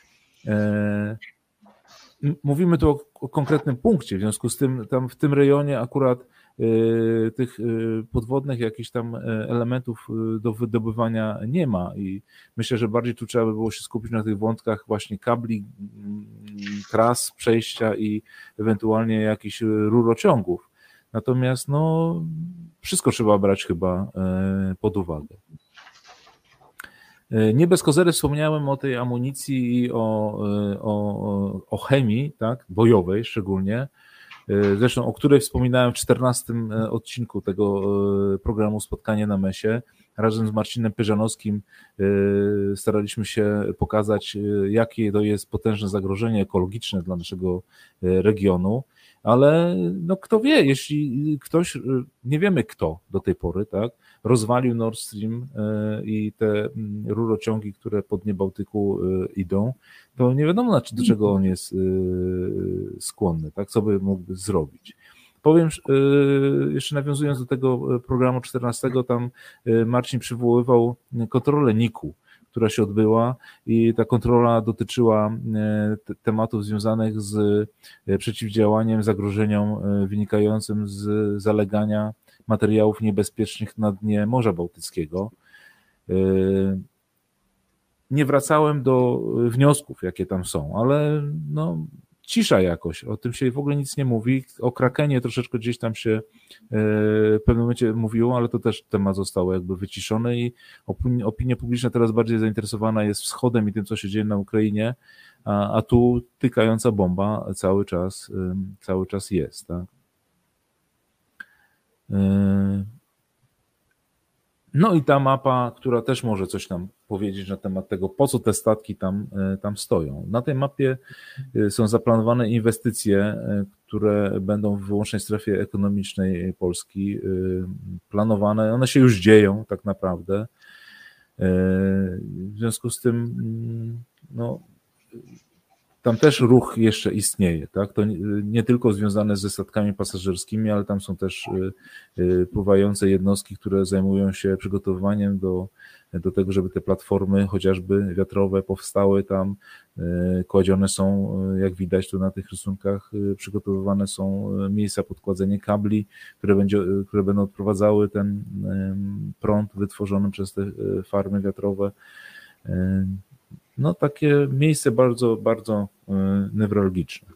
Yy, mówimy tu o, o konkretnym punkcie, w związku z tym tam w tym rejonie akurat tych podwodnych jakichś tam elementów do wydobywania nie ma i myślę, że bardziej tu trzeba by było się skupić na tych wątkach właśnie kabli, tras, przejścia i ewentualnie jakichś rurociągów. Natomiast no wszystko trzeba brać chyba pod uwagę. Nie bez kozery wspomniałem o tej amunicji i o, o, o chemii, tak, bojowej szczególnie, zresztą o której wspominałem w czternastym odcinku tego programu Spotkanie na Mesie. Razem z Marcinem Pyżanowskim staraliśmy się pokazać, jakie to jest potężne zagrożenie ekologiczne dla naszego regionu, ale no kto wie, jeśli ktoś, nie wiemy kto do tej pory, tak, rozwalił Nord Stream i te rurociągi, które po dnie Bałtyku idą, to nie wiadomo, do czego on jest skłonny, tak, co by mógł zrobić. Powiem, jeszcze nawiązując do tego programu czternastego, tam Marcin przywoływał kontrolę N I K-u, która się odbyła i ta kontrola dotyczyła tematów związanych z przeciwdziałaniem zagrożeniom wynikającym z zalegania materiałów niebezpiecznych na dnie Morza Bałtyckiego. Nie wracałem do wniosków, jakie tam są, ale no, cisza jakoś, o tym się w ogóle nic nie mówi. O Krakenie troszeczkę gdzieś tam się w pewnym momencie mówiło, ale to też temat został jakby wyciszony i opinia publiczna teraz bardziej zainteresowana jest wschodem i tym, co się dzieje na Ukrainie, a, a tu tykająca bomba cały czas, cały czas jest. Tak? No i ta mapa, która też może coś tam powiedzieć na temat tego, po co te statki tam, tam stoją. Na tej mapie są zaplanowane inwestycje, które będą w wyłącznej strefie ekonomicznej Polski planowane. One się już dzieją tak naprawdę. W związku z tym no, tam też ruch jeszcze istnieje, tak? To nie tylko związane ze statkami pasażerskimi, ale tam są też pływające jednostki, które zajmują się przygotowywaniem do, do tego, żeby te platformy chociażby wiatrowe powstały tam. Kładzione są, jak widać tu na tych rysunkach, przygotowywane są miejsca podkładzenia kabli, które, będzie, które będą odprowadzały ten prąd wytworzony przez te farmy wiatrowe. No takie miejsce bardzo, bardzo newralgiczne.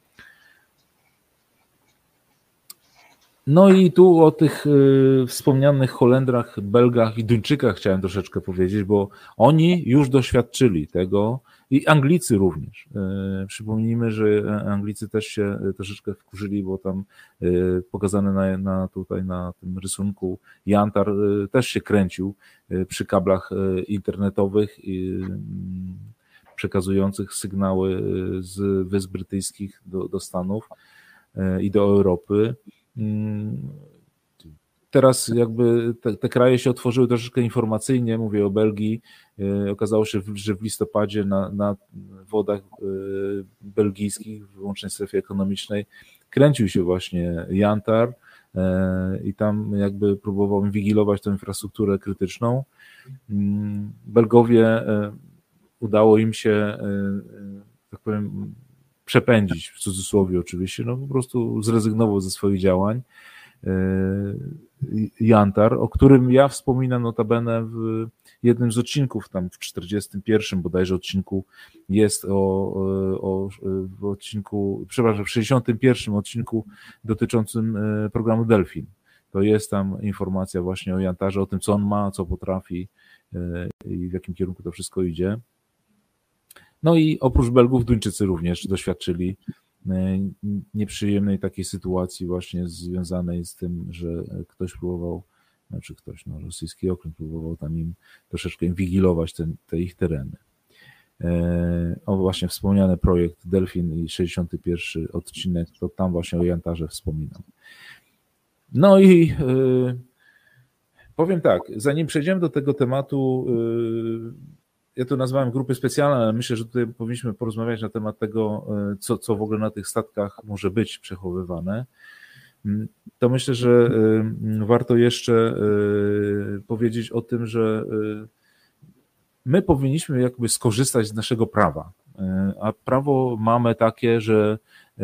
No i tu o tych wspomnianych Holendrach, Belgach i Duńczykach chciałem troszeczkę powiedzieć, bo oni już doświadczyli tego i Anglicy również. Przypomnijmy, że Anglicy też się troszeczkę wkurzyli, bo tam pokazane na, na tutaj na tym rysunku Jantar też się kręcił przy kablach internetowych przekazujących sygnały z Wysp Brytyjskich do, do Stanów i do Europy. Teraz jakby te, te kraje się otworzyły troszeczkę informacyjnie, mówię o Belgii. Okazało się, że w listopadzie na, na wodach belgijskich w wyłącznej strefie ekonomicznej kręcił się właśnie Jantar i tam jakby próbował inwigilować tę infrastrukturę krytyczną. Belgowie udało im się, tak powiem, przepędzić, w cudzysłowie oczywiście, no po prostu zrezygnował ze swoich działań. Jantar, o którym ja wspominam notabene w jednym z odcinków, tam w czterdziestym pierwszym bodajże odcinku jest o, o w odcinku, przepraszam, w sześćdziesiątym pierwszym odcinku dotyczącym programu Delfin. To jest tam informacja właśnie o Jantarze, o tym, co on ma, co potrafi i w jakim kierunku to wszystko idzie. No i oprócz Belgów Duńczycy również doświadczyli nieprzyjemnej takiej sytuacji właśnie związanej z tym, że ktoś próbował, znaczy ktoś, no rosyjski okręt próbował tam im troszeczkę inwigilować te, te ich tereny. O właśnie wspomniany projekt Delfin i sześćdziesiąty pierwszy odcinek, to tam właśnie o Jantarze wspominam. No i yy, powiem tak, zanim przejdziemy do tego tematu, yy, ja to nazwałem grupy specjalne, ale myślę, że tutaj powinniśmy porozmawiać na temat tego, co, co w ogóle na tych statkach może być przechowywane. To myślę, że warto jeszcze powiedzieć o tym, że my powinniśmy jakby skorzystać z naszego prawa, a prawo mamy takie, że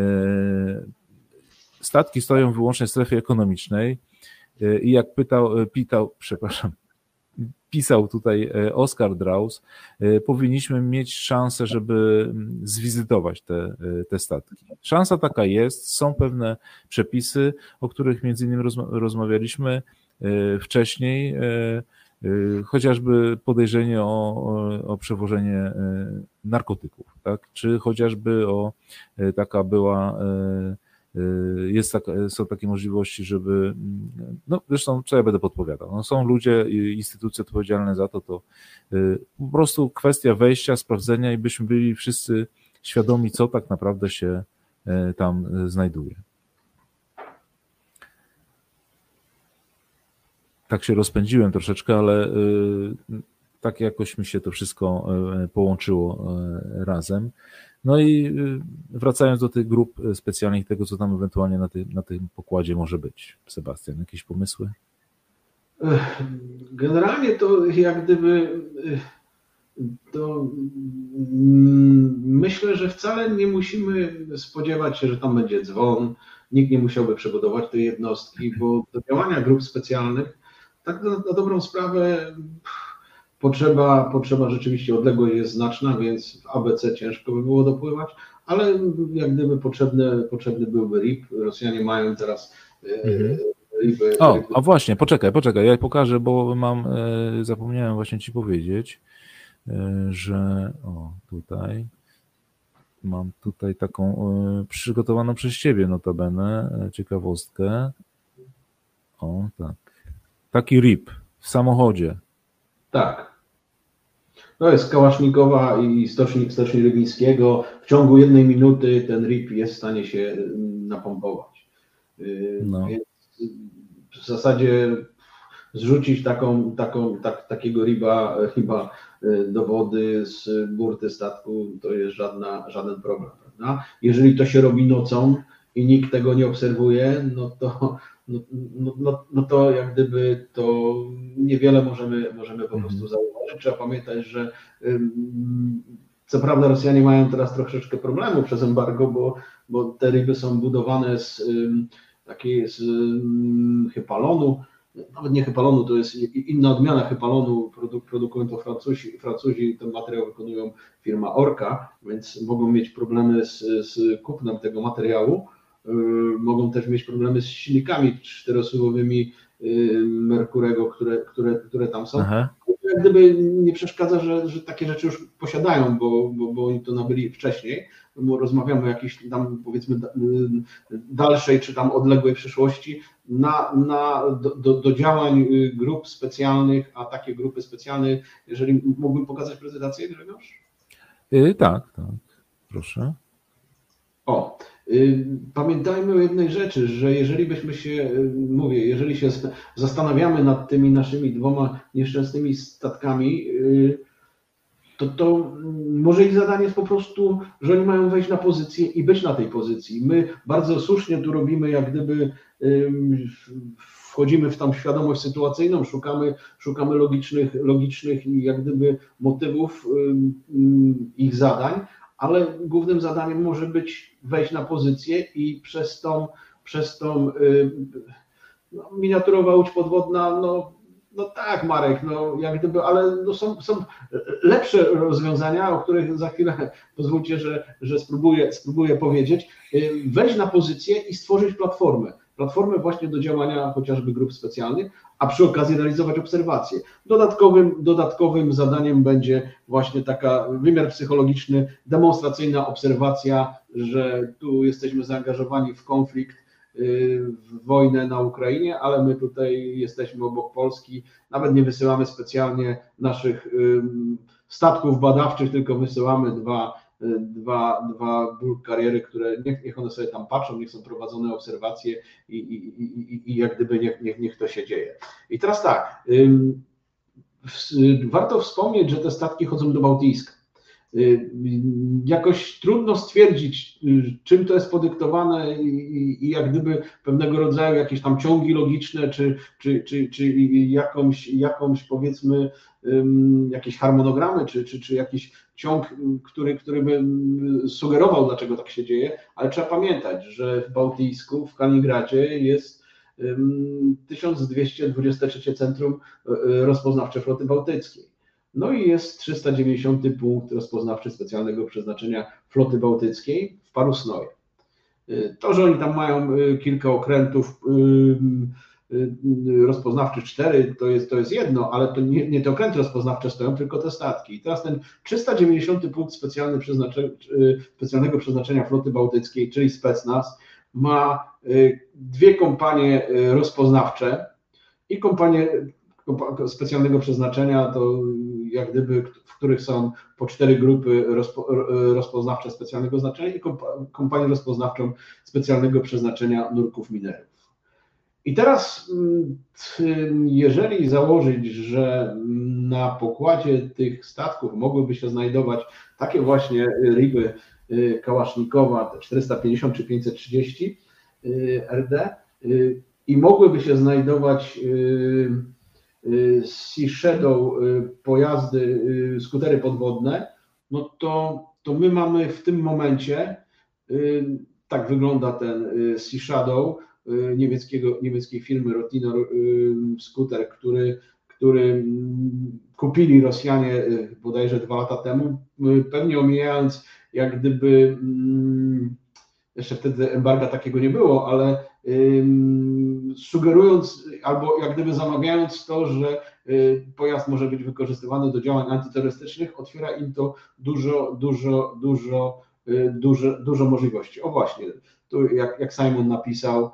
statki stoją w wyłącznej strefie ekonomicznej i jak pytał, pitał, przepraszam, pisał tutaj Oskar Draus, powinniśmy mieć szansę, żeby zwizytować te, te statki. Szansa taka jest, są pewne przepisy, o których między innymi rozmawialiśmy wcześniej, chociażby podejrzenie o, o przewożenie narkotyków, tak? Czy chociażby o taka była Jest tak, są takie możliwości, żeby, no zresztą co ja będę podpowiadał, no, są ludzie i instytucje odpowiedzialne za to, to po prostu kwestia wejścia, sprawdzenia i byśmy byli wszyscy świadomi, co tak naprawdę się tam znajduje. Tak się rozpędziłem troszeczkę, ale tak jakoś mi się to wszystko połączyło razem. No i wracając do tych grup specjalnych, tego co tam ewentualnie na, ty, na tym pokładzie może być. Sebastian, jakieś pomysły? Generalnie to jak gdyby to myślę, że wcale nie musimy spodziewać się, że tam będzie dzwon, nikt nie musiałby przebudować tej jednostki, bo do działania grup specjalnych, tak na, na dobrą sprawę, potrzeba, potrzeba rzeczywiście, odległość jest znaczna, więc w A B C ciężko by było dopływać, ale jak gdyby potrzebny, potrzebny byłby R I P. Rosjanie mają teraz mhm. ripy. O, a właśnie, poczekaj, poczekaj, ja pokażę, bo mam, zapomniałem właśnie ci powiedzieć, że o, tutaj mam tutaj taką przygotowaną przez ciebie notabene ciekawostkę. O, tak. Taki R I P w samochodzie. Tak. To jest kałasznikowa i stocznik stoczni Rybnickiego. W ciągu jednej minuty ten R I P jest w stanie się napompować. No. Więc w zasadzie zrzucić taką, taką, tak, takiego riba, chyba do wody z burty statku to jest żadna, żaden problem, prawda? Jeżeli to się robi nocą i nikt tego nie obserwuje, no to, no, no, no, no to jak gdyby to niewiele możemy, możemy po prostu zauważyć. Trzeba pamiętać, że um, co prawda Rosjanie mają teraz troszeczkę problemu przez embargo, bo, bo te ryby są budowane z um, takiej z um, hypalonu, nawet nie hypalonu, to jest inna odmiana hypalonu, produk, produkują to Francuzi, Francuzi ten materiał wykonują firma Orca, więc mogą mieć problemy z, z kupnem tego materiału, yy, mogą też mieć problemy z silnikami czterosuwowymi yy, Merkurego, które, które, które tam są. Aha. Jak gdyby nie przeszkadza, że, że takie rzeczy już posiadają, bo, bo, bo oni to nabyli wcześniej. Bo rozmawiamy o jakiejś tam, powiedzmy, dalszej czy tam odległej przyszłości na, na, do, do, do działań grup specjalnych, a takie grupy specjalne, jeżeli mógłbym pokazać prezentację, Grzegorz? Yy, tak, tak, proszę. O, yy, pamiętajmy o jednej rzeczy, że jeżeli byśmy się, yy, mówię, jeżeli się zastanawiamy nad tymi naszymi dwoma nieszczęsnymi statkami, yy, to, to może ich zadanie jest po prostu, że oni mają wejść na pozycję i być na tej pozycji. My bardzo słusznie tu robimy, jak gdyby wchodzimy w tam świadomość sytuacyjną, szukamy, szukamy logicznych, logicznych jak gdyby motywów ich zadań, ale głównym zadaniem może być wejść na pozycję i przez tą, przez tą no, miniaturowa łódź podwodna, no No tak, Marek, no jak gdyby, ale no są, są lepsze rozwiązania, o których za chwilę pozwólcie, że, że spróbuję, spróbuję powiedzieć. Wejść na pozycję i stworzyć platformę. Platformę właśnie do działania chociażby grup specjalnych, a przy okazji realizować obserwacje. Dodatkowym, dodatkowym zadaniem będzie właśnie taka wymiar psychologiczny, demonstracyjna obserwacja, że tu jesteśmy zaangażowani w konflikt, w wojnę na Ukrainie, ale my tutaj jesteśmy obok Polski, nawet nie wysyłamy specjalnie naszych statków badawczych, tylko wysyłamy dwa, dwa, dwa bulk kariery, które niech, niech one sobie tam patrzą, niech są prowadzone obserwacje i, i, i, i jak gdyby niech, niech, niech to się dzieje. I teraz tak, warto wspomnieć, że te statki chodzą do Bałtycka. Jakoś trudno stwierdzić, czym to jest podyktowane i, i jak gdyby pewnego rodzaju jakieś tam ciągi logiczne, czy, czy, czy, czy jakąś, jakąś powiedzmy jakieś harmonogramy, czy, czy, czy jakiś ciąg, który, który by sugerował, dlaczego tak się dzieje, ale trzeba pamiętać, że w Bałtycku, w Kaliningradzie jest tysiąc dwieście dwudzieste trzecie Centrum Rozpoznawcze Floty Bałtyckiej. No i jest trzysta dziewięćdziesiąty punkt rozpoznawczy specjalnego przeznaczenia Floty Bałtyckiej w Parusnoje. To, że oni tam mają kilka okrętów rozpoznawczych, cztery, to jest, to jest jedno, ale to nie, nie te okręty rozpoznawcze stoją, tylko te statki. I teraz ten trzysta dziewięćdziesiąty punkt specjalny przeznaczenia, specjalnego przeznaczenia Floty Bałtyckiej, czyli Specnaz, ma dwie kompanie rozpoznawcze i kompanie specjalnego przeznaczenia, to jak gdyby, w których są po cztery grupy rozpo, rozpoznawcze specjalnego znaczenia i kompanię rozpoznawczą specjalnego przeznaczenia nurków minerów. I teraz, jeżeli założyć, że na pokładzie tych statków mogłyby się znajdować takie właśnie riby kałasznikowa, te czterysta pięćdziesiąt czy pięćset trzydzieści R D i mogłyby się znajdować Sea Shadow, pojazdy, skutery podwodne, no to, to my mamy w tym momencie, tak wygląda ten Sea Shadow niemieckiego, niemieckiej firmy Rotino skuter, który, który kupili Rosjanie bodajże dwa lata temu, pewnie omijając jak gdyby, jeszcze wtedy embarga takiego nie było, ale sugerując albo jak gdyby zamawiając to, że pojazd może być wykorzystywany do działań antyterrorystycznych, otwiera im to dużo, dużo, dużo, dużo, dużo możliwości. O właśnie, tu jak, jak Simon napisał,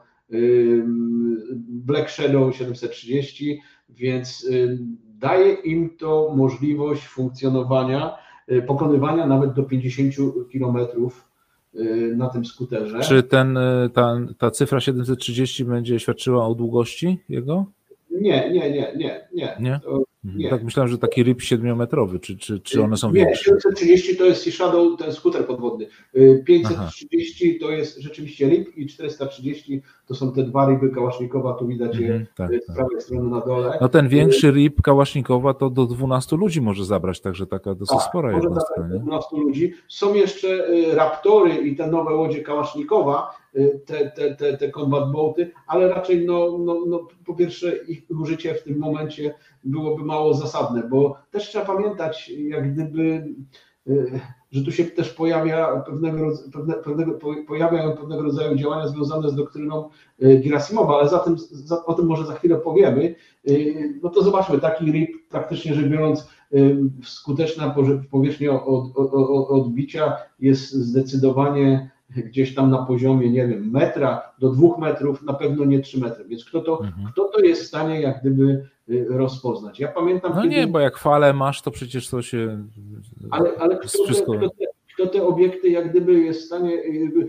Black Shadow siedemset trzydzieści, więc daje im to możliwość funkcjonowania, pokonywania nawet do pięćdziesięciu kilometrów na tym skuterze. Czy ten, ta, ta cyfra siedemset trzydzieści będzie świadczyła o długości jego? Nie, nie, nie, nie, nie. Nie? To, nie. Tak myślałem, że taki R I P siedmiometrowy, czy, czy, czy one są nie, większe? siedemset trzydzieści to jest Sea Shadow, ten skuter podwodny. pięćset trzydzieści Aha. to jest rzeczywiście R I P i czterysta trzydzieści to są te dwa R I P-y Kałasznikowa, tu widać je mhm, tak, z prawej tak. strony na dole. No ten większy R I P Kałasznikowa to do dwunastu ludzi może zabrać, także taka dosyć tak, spora jednostka. Do dwunastu ludzi. Są jeszcze Raptory i te nowe łodzie Kałasznikowa, te, te, te, te combat boaty, ale raczej no, no, no, po pierwsze ich użycie w tym momencie byłoby mało zasadne, bo też trzeba pamiętać, jak gdyby, że tu się też pojawia pewnego, pewne, pewnego, pojawiają pewnego rodzaju działania związane z doktryną Gerasimowa, ale za tym, za, o tym może za chwilę powiemy. No to zobaczmy, taki R I P praktycznie rzecz biorąc skuteczna powierzchnia od, od, od, odbicia jest zdecydowanie gdzieś tam na poziomie, nie wiem, metra do dwóch metrów, na pewno nie trzy metry, więc kto to, mhm. kto to jest w stanie jak gdyby rozpoznać. Ja pamiętam, no kiedy... nie, bo jak falę masz, to przecież to się... Ale, ale kto, wszystko... te, kto, te, kto te obiekty jak gdyby jest w stanie...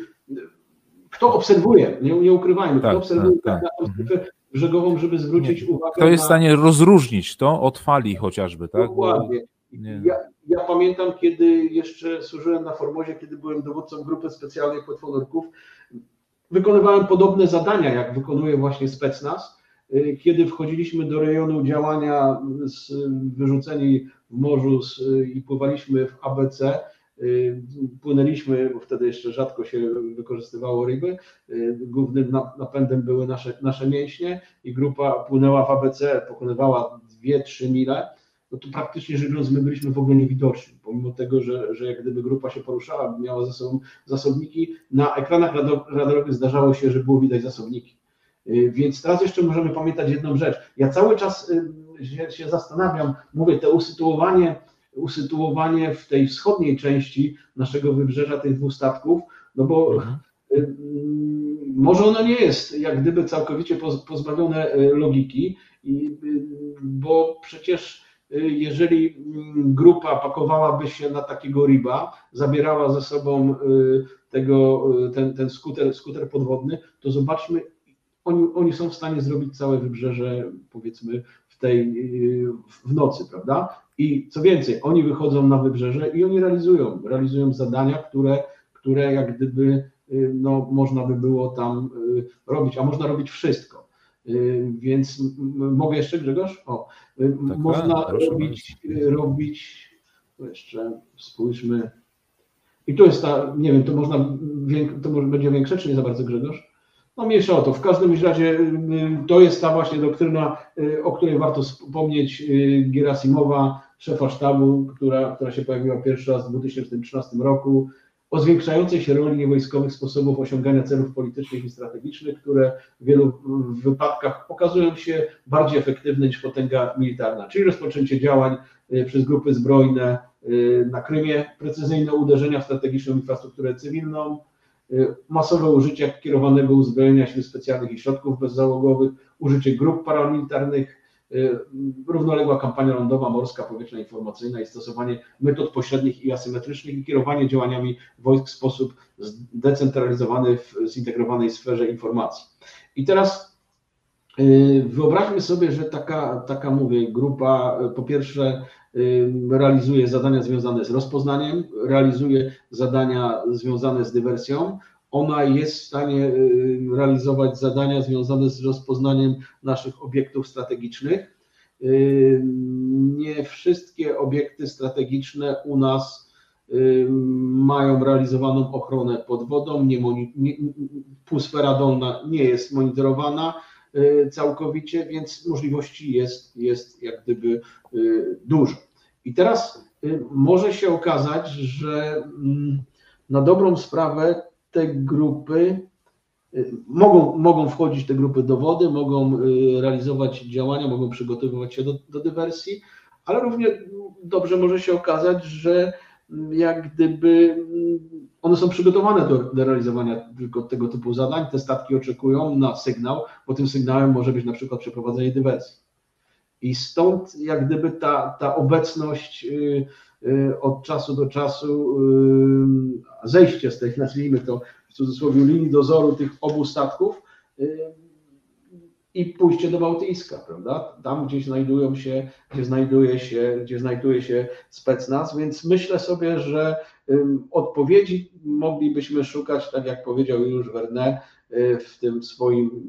Kto obserwuje, nie, nie ukrywajmy, tak, kto obserwuje tak, tak. na tą strefę brzegową, żeby zwrócić nie. uwagę Kto jest na... w stanie rozróżnić to od fali chociażby, tak? Dokładnie. Bo... Ja, ja pamiętam, kiedy jeszcze służyłem na Formozie, kiedy byłem dowódcą grupy specjalnej płetwonurków, wykonywałem podobne zadania, jak wykonuje właśnie Specnaz, kiedy wchodziliśmy do rejonu działania z, wyrzuceni w morzu z, i pływaliśmy w A B C, płynęliśmy, bo wtedy jeszcze rzadko się wykorzystywało ryby, głównym napędem były nasze, nasze mięśnie i grupa płynęła w A B C, pokonywała dwie trzy mile, no to praktycznie rzecz biorąc my byliśmy w ogóle niewidoczni, pomimo tego, że, że jak gdyby grupa się poruszała, miała ze sobą zasobniki, na ekranach radarowych zdarzało się, że było widać zasobniki. Więc teraz jeszcze możemy pamiętać jedną rzecz. Ja cały czas się, się zastanawiam, mówię, to usytuowanie, usytuowanie w tej wschodniej części naszego wybrzeża tych dwóch statków, no bo mhm. może ono nie jest jak gdyby całkowicie pozbawione logiki, bo przecież jeżeli grupa pakowałaby się na takiego riba, zabierała ze sobą tego, ten, ten skuter, skuter podwodny, to zobaczmy, oni, oni są w stanie zrobić całe wybrzeże, powiedzmy, w tej w nocy, prawda? I co więcej, oni wychodzą na wybrzeże i oni realizują, realizują zadania, które, które jak gdyby no, można by było tam robić, a można robić wszystko. Więc mogę jeszcze, Grzegorz? O, tak, można tak, robić, robić, jeszcze spójrzmy. I tu jest ta, nie wiem, to można, to może będzie większe, czy nie za bardzo, Grzegorz? No mniejsza o to. W każdym razie to jest ta właśnie doktryna, o której warto wspomnieć, Gerasimowa, szefa sztabu, która, która się pojawiła pierwszy raz w dwa tysiące trzynastym roku, o zwiększającej się roli niewojskowych sposobów osiągania celów politycznych i strategicznych, które w wielu wypadkach okazują się bardziej efektywne niż potęga militarna, czyli rozpoczęcie działań przez grupy zbrojne na Krymie, precyzyjne uderzenia w strategiczną infrastrukturę cywilną, masowe użycie kierowanego uzbrojenia sił specjalnych i środków bezzałogowych, użycie grup paramilitarnych, równoległa kampania lądowa, morska, powietrzna, informacyjna i stosowanie metod pośrednich i asymetrycznych i kierowanie działaniami wojsk w sposób zdecentralizowany w zintegrowanej sferze informacji. I teraz wyobraźmy sobie, że taka, taka mówię, grupa po pierwsze realizuje zadania związane z rozpoznaniem, realizuje zadania związane z dywersją, ona jest w stanie realizować zadania związane z rozpoznaniem naszych obiektów strategicznych Nie wszystkie obiekty strategiczne u nas mają realizowaną ochronę pod wodą, nie, nie, półsfera dolna nie jest monitorowana całkowicie, więc możliwości jest, jest jak gdyby dużo. I teraz może się okazać, że na dobrą sprawę te grupy mogą, mogą wchodzić te grupy do wody, mogą realizować działania, mogą przygotowywać się do, do dywersji, ale równie dobrze może się okazać, że jak gdyby one są przygotowane do, do realizowania tylko tego typu zadań, te statki oczekują na sygnał, bo tym sygnałem może być na przykład przeprowadzenie dywersji. I stąd jak gdyby ta, ta obecność od czasu do czasu, zejście z tej, nazwijmy to w cudzysłowie, linii dozoru tych obu statków i pójście do Bałtycka, prawda? Tam, gdzie znajdują się, gdzie znajduje się, gdzie znajduje się specnaz, więc myślę sobie, że odpowiedzi moglibyśmy szukać, tak jak powiedział już Verne w tym swoim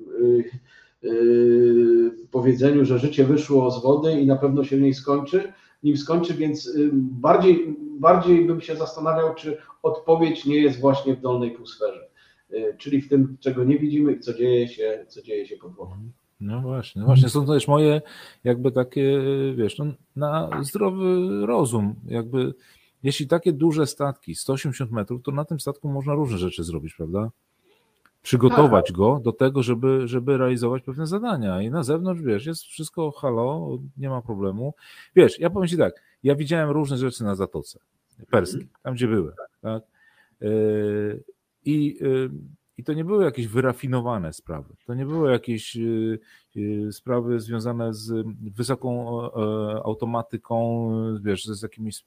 powiedzeniu, że życie wyszło z wody i na pewno się w niej skończy, nim skończy, więc bardziej, bardziej bym się zastanawiał, czy odpowiedź nie jest właśnie w dolnej półsferze, czyli w tym, czego nie widzimy i co dzieje się, co dzieje się pod wodą. No właśnie, no właśnie, są to też moje jakby takie, wiesz, no, na zdrowy rozum, jakby jeśli takie duże statki, sto osiemdziesiąt metrów, to na tym statku można różne rzeczy zrobić, prawda? Przygotować tak. go do tego, żeby, żeby realizować pewne zadania i na zewnątrz, wiesz, jest wszystko halo, nie ma problemu. Wiesz, ja powiem ci tak, ja widziałem różne rzeczy na Zatoce Perskiej, tam gdzie byłem, tak? Yy, I yy, I to nie były jakieś wyrafinowane sprawy, to nie były jakieś sprawy związane z wysoką automatyką, wiesz, z jakimiś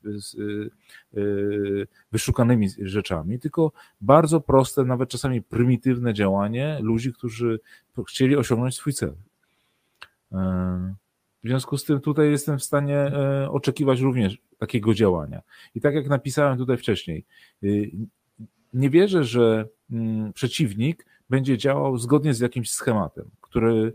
wyszukanymi rzeczami, tylko bardzo proste, nawet czasami prymitywne działanie ludzi, którzy chcieli osiągnąć swój cel. W związku z tym tutaj jestem w stanie oczekiwać również takiego działania. I tak jak napisałem tutaj wcześniej, nie wierzę, że przeciwnik będzie działał zgodnie z jakimś schematem, który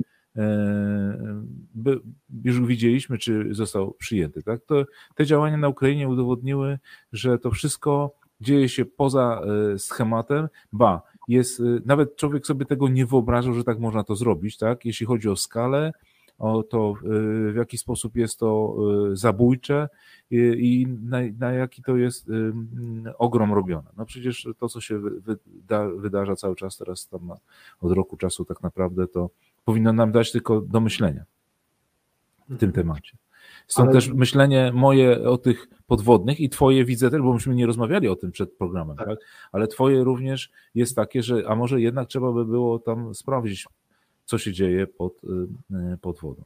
by, już widzieliśmy, czy został przyjęty. Tak? To, te działania na Ukrainie udowodniły, że to wszystko dzieje się poza schematem, ba, jest, nawet człowiek sobie tego nie wyobrażał, że tak można to zrobić, tak? Jeśli chodzi o skalę, o to, w jaki sposób jest to zabójcze i na, na jaki to jest ogrom robione. No przecież to, co się wyda, wydarza cały czas teraz tam na, od roku czasu tak naprawdę, to powinno nam dać tylko do myślenia w tym temacie. Stąd Ale... też myślenie moje o tych podwodnych i twoje widzę też, bo myśmy nie rozmawiali o tym przed programem, tak. tak? Ale twoje również jest takie, że a może jednak trzeba by było tam sprawdzić, co się dzieje pod, pod wodą.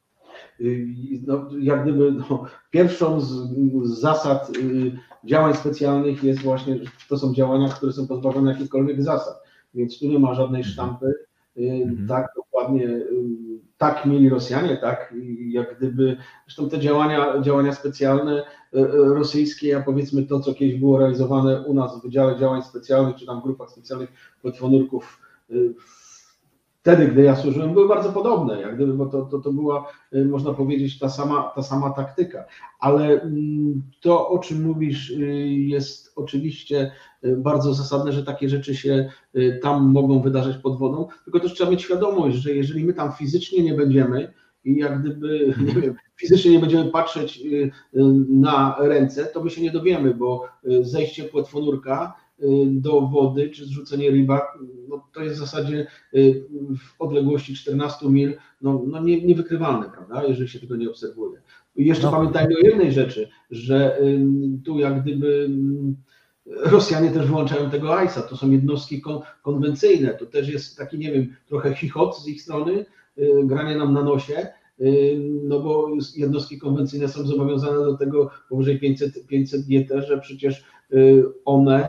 No, jak gdyby no, pierwszą z, z zasad działań specjalnych jest właśnie, że to są działania, które są pozbawione jakichkolwiek zasad, więc tu nie ma żadnej sztampy. Mhm. Tak dokładnie, tak mieli Rosjanie, tak jak gdyby, zresztą te działania, działania specjalne rosyjskie, a powiedzmy to, co kiedyś było realizowane u nas w Wydziale Działań Specjalnych, czy tam w grupach specjalnych płetwonurków wtedy, gdy ja służyłem, były bardzo podobne, jak gdyby, bo to, to, to była, można powiedzieć, ta sama, ta sama taktyka. Ale to, o czym mówisz, jest oczywiście bardzo zasadne, że takie rzeczy się tam mogą wydarzać pod wodą, tylko też trzeba mieć świadomość, że jeżeli my tam fizycznie nie będziemy i jak gdyby, nie wiem, fizycznie nie będziemy patrzeć na ręce, to my się nie dowiemy, bo zejście płetwonurka do wody, czy zrzucenie rybak, no to jest w zasadzie w odległości czternastu mil no, no nie, niewykrywalne, prawda, jeżeli się tego nie obserwuje. I jeszcze no. Pamiętajmy o jednej rzeczy, że tu jak gdyby Rosjanie też wyłączają tego A I S A, to są jednostki kon, konwencyjne, to też jest taki, nie wiem, trochę chichot z ich strony, granie nam na nosie, no bo jednostki konwencyjne są zobowiązane do tego powyżej pięćset, pięćset G T, że przecież one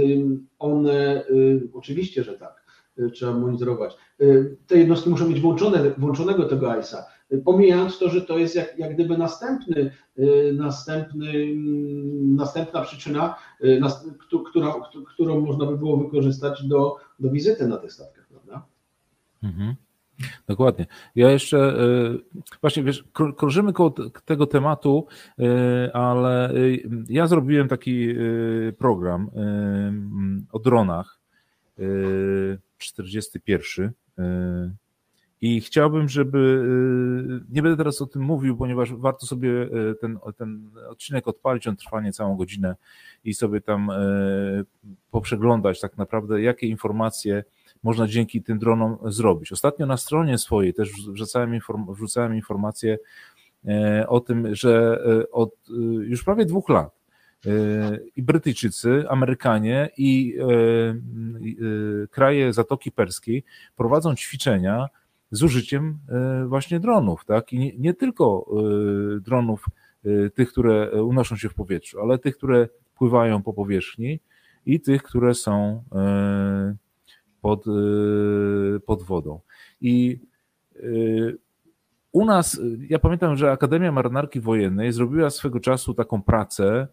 One, oczywiście, że tak, trzeba monitorować. Te jednostki muszą mieć włączone, włączonego tego A I S A, pomijając to, że to jest jak, jak gdyby następny, następny, następna przyczyna, która, którą można by było wykorzystać do, do wizyty na tych statkach, prawda? Mhm. Dokładnie. Ja jeszcze właśnie, wiesz, krążymy koło tego tematu, ale ja zrobiłem taki program o dronach czterdziesty pierwszy i chciałbym, żeby, nie będę teraz o tym mówił, ponieważ warto sobie ten, ten odcinek odpalić, on trwa niecałą godzinę i sobie tam poprzeglądać tak naprawdę, jakie informacje można dzięki tym dronom zrobić. Ostatnio na stronie swojej też wrzucałem, inform- wrzucałem informacje o tym, że od już prawie dwóch lat i Brytyjczycy, Amerykanie i kraje Zatoki Perskiej prowadzą ćwiczenia z użyciem właśnie dronów, tak? I nie, nie tylko dronów tych, które unoszą się w powietrzu, ale tych, które pływają po powierzchni i tych, które są pod, pod wodą. I u nas, ja pamiętam, że Akademia Marynarki Wojennej zrobiła swego czasu taką pracę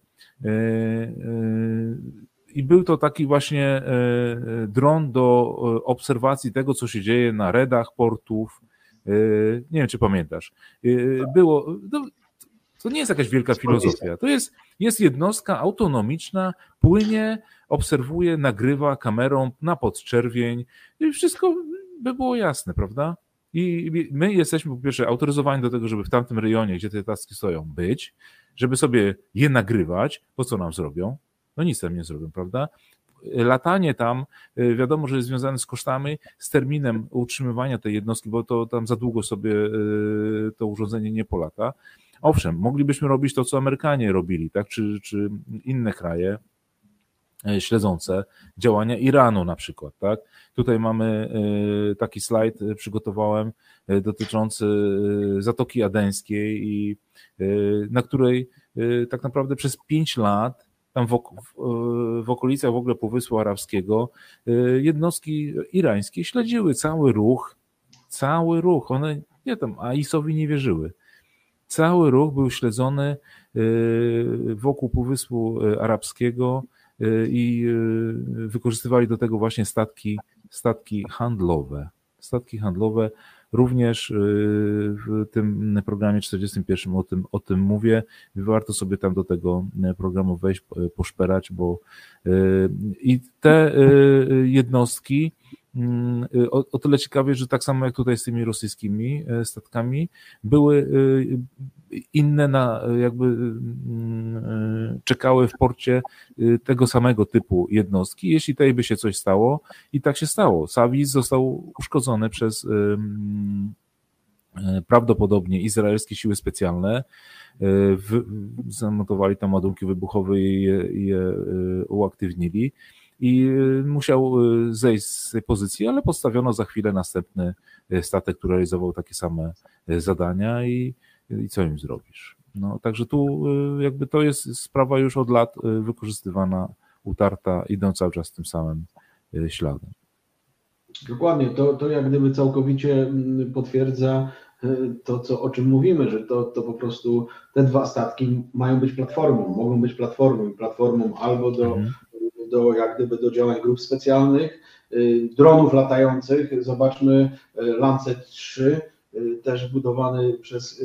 i był to taki właśnie dron do obserwacji tego, co się dzieje na redach portów. Nie wiem, czy pamiętasz. Było, no, to nie jest jakaś wielka filozofia. To jest, jest jednostka autonomiczna, płynie, obserwuje, nagrywa kamerą na podczerwień i wszystko by było jasne, prawda? I my jesteśmy po pierwsze autoryzowani do tego, żeby w tamtym rejonie, gdzie te taski stoją, być, żeby sobie je nagrywać. Po co nam zrobią? No nic tam nie zrobią, prawda? Latanie tam, wiadomo, że jest związane z kosztami, z terminem utrzymywania tej jednostki, bo to tam za długo sobie to urządzenie nie polata. Owszem, moglibyśmy robić to, co Amerykanie robili, tak? czy, czy inne kraje śledzące działania Iranu na przykład. Tak? Tutaj mamy taki slajd, przygotowałem, dotyczący Zatoki Adeńskiej, i na której tak naprawdę przez pięć lat tam w, w okolicach w ogóle Półwyspu Arabskiego jednostki irańskie śledziły cały ruch, cały ruch. One nie tam, a I S owi nie wierzyły. Cały ruch był śledzony wokół Półwyspu Arabskiego i wykorzystywali do tego właśnie statki, statki handlowe. Statki handlowe również w tym programie czterdziestym pierwszym o tym, o tym mówię. Warto sobie tam do tego programu wejść, poszperać, bo i te jednostki o, o tyle ciekawie, że tak samo jak tutaj z tymi rosyjskimi statkami, były inne na, jakby czekały w porcie tego samego typu jednostki, jeśli tej by się coś stało, i tak się stało. Sawiz został uszkodzony przez prawdopodobnie izraelskie siły specjalne, w, zamontowali tam ładunki wybuchowe i je, i je uaktywnili i musiał zejść z tej pozycji, ale postawiono za chwilę następny statek, który realizował takie same zadania i, i co im zrobisz? No, także tu jakby to jest sprawa już od lat wykorzystywana, utarta, idą cały czas tym samym śladem. Dokładnie, to, to jak gdyby całkowicie potwierdza to, co, o czym mówimy, że to, to po prostu te dwa statki mają być platformą, mogą być platformą, platformą albo do, mhm. do jak gdyby do działań grup specjalnych, dronów latających. Zobaczmy Lancet trzy, też budowany przez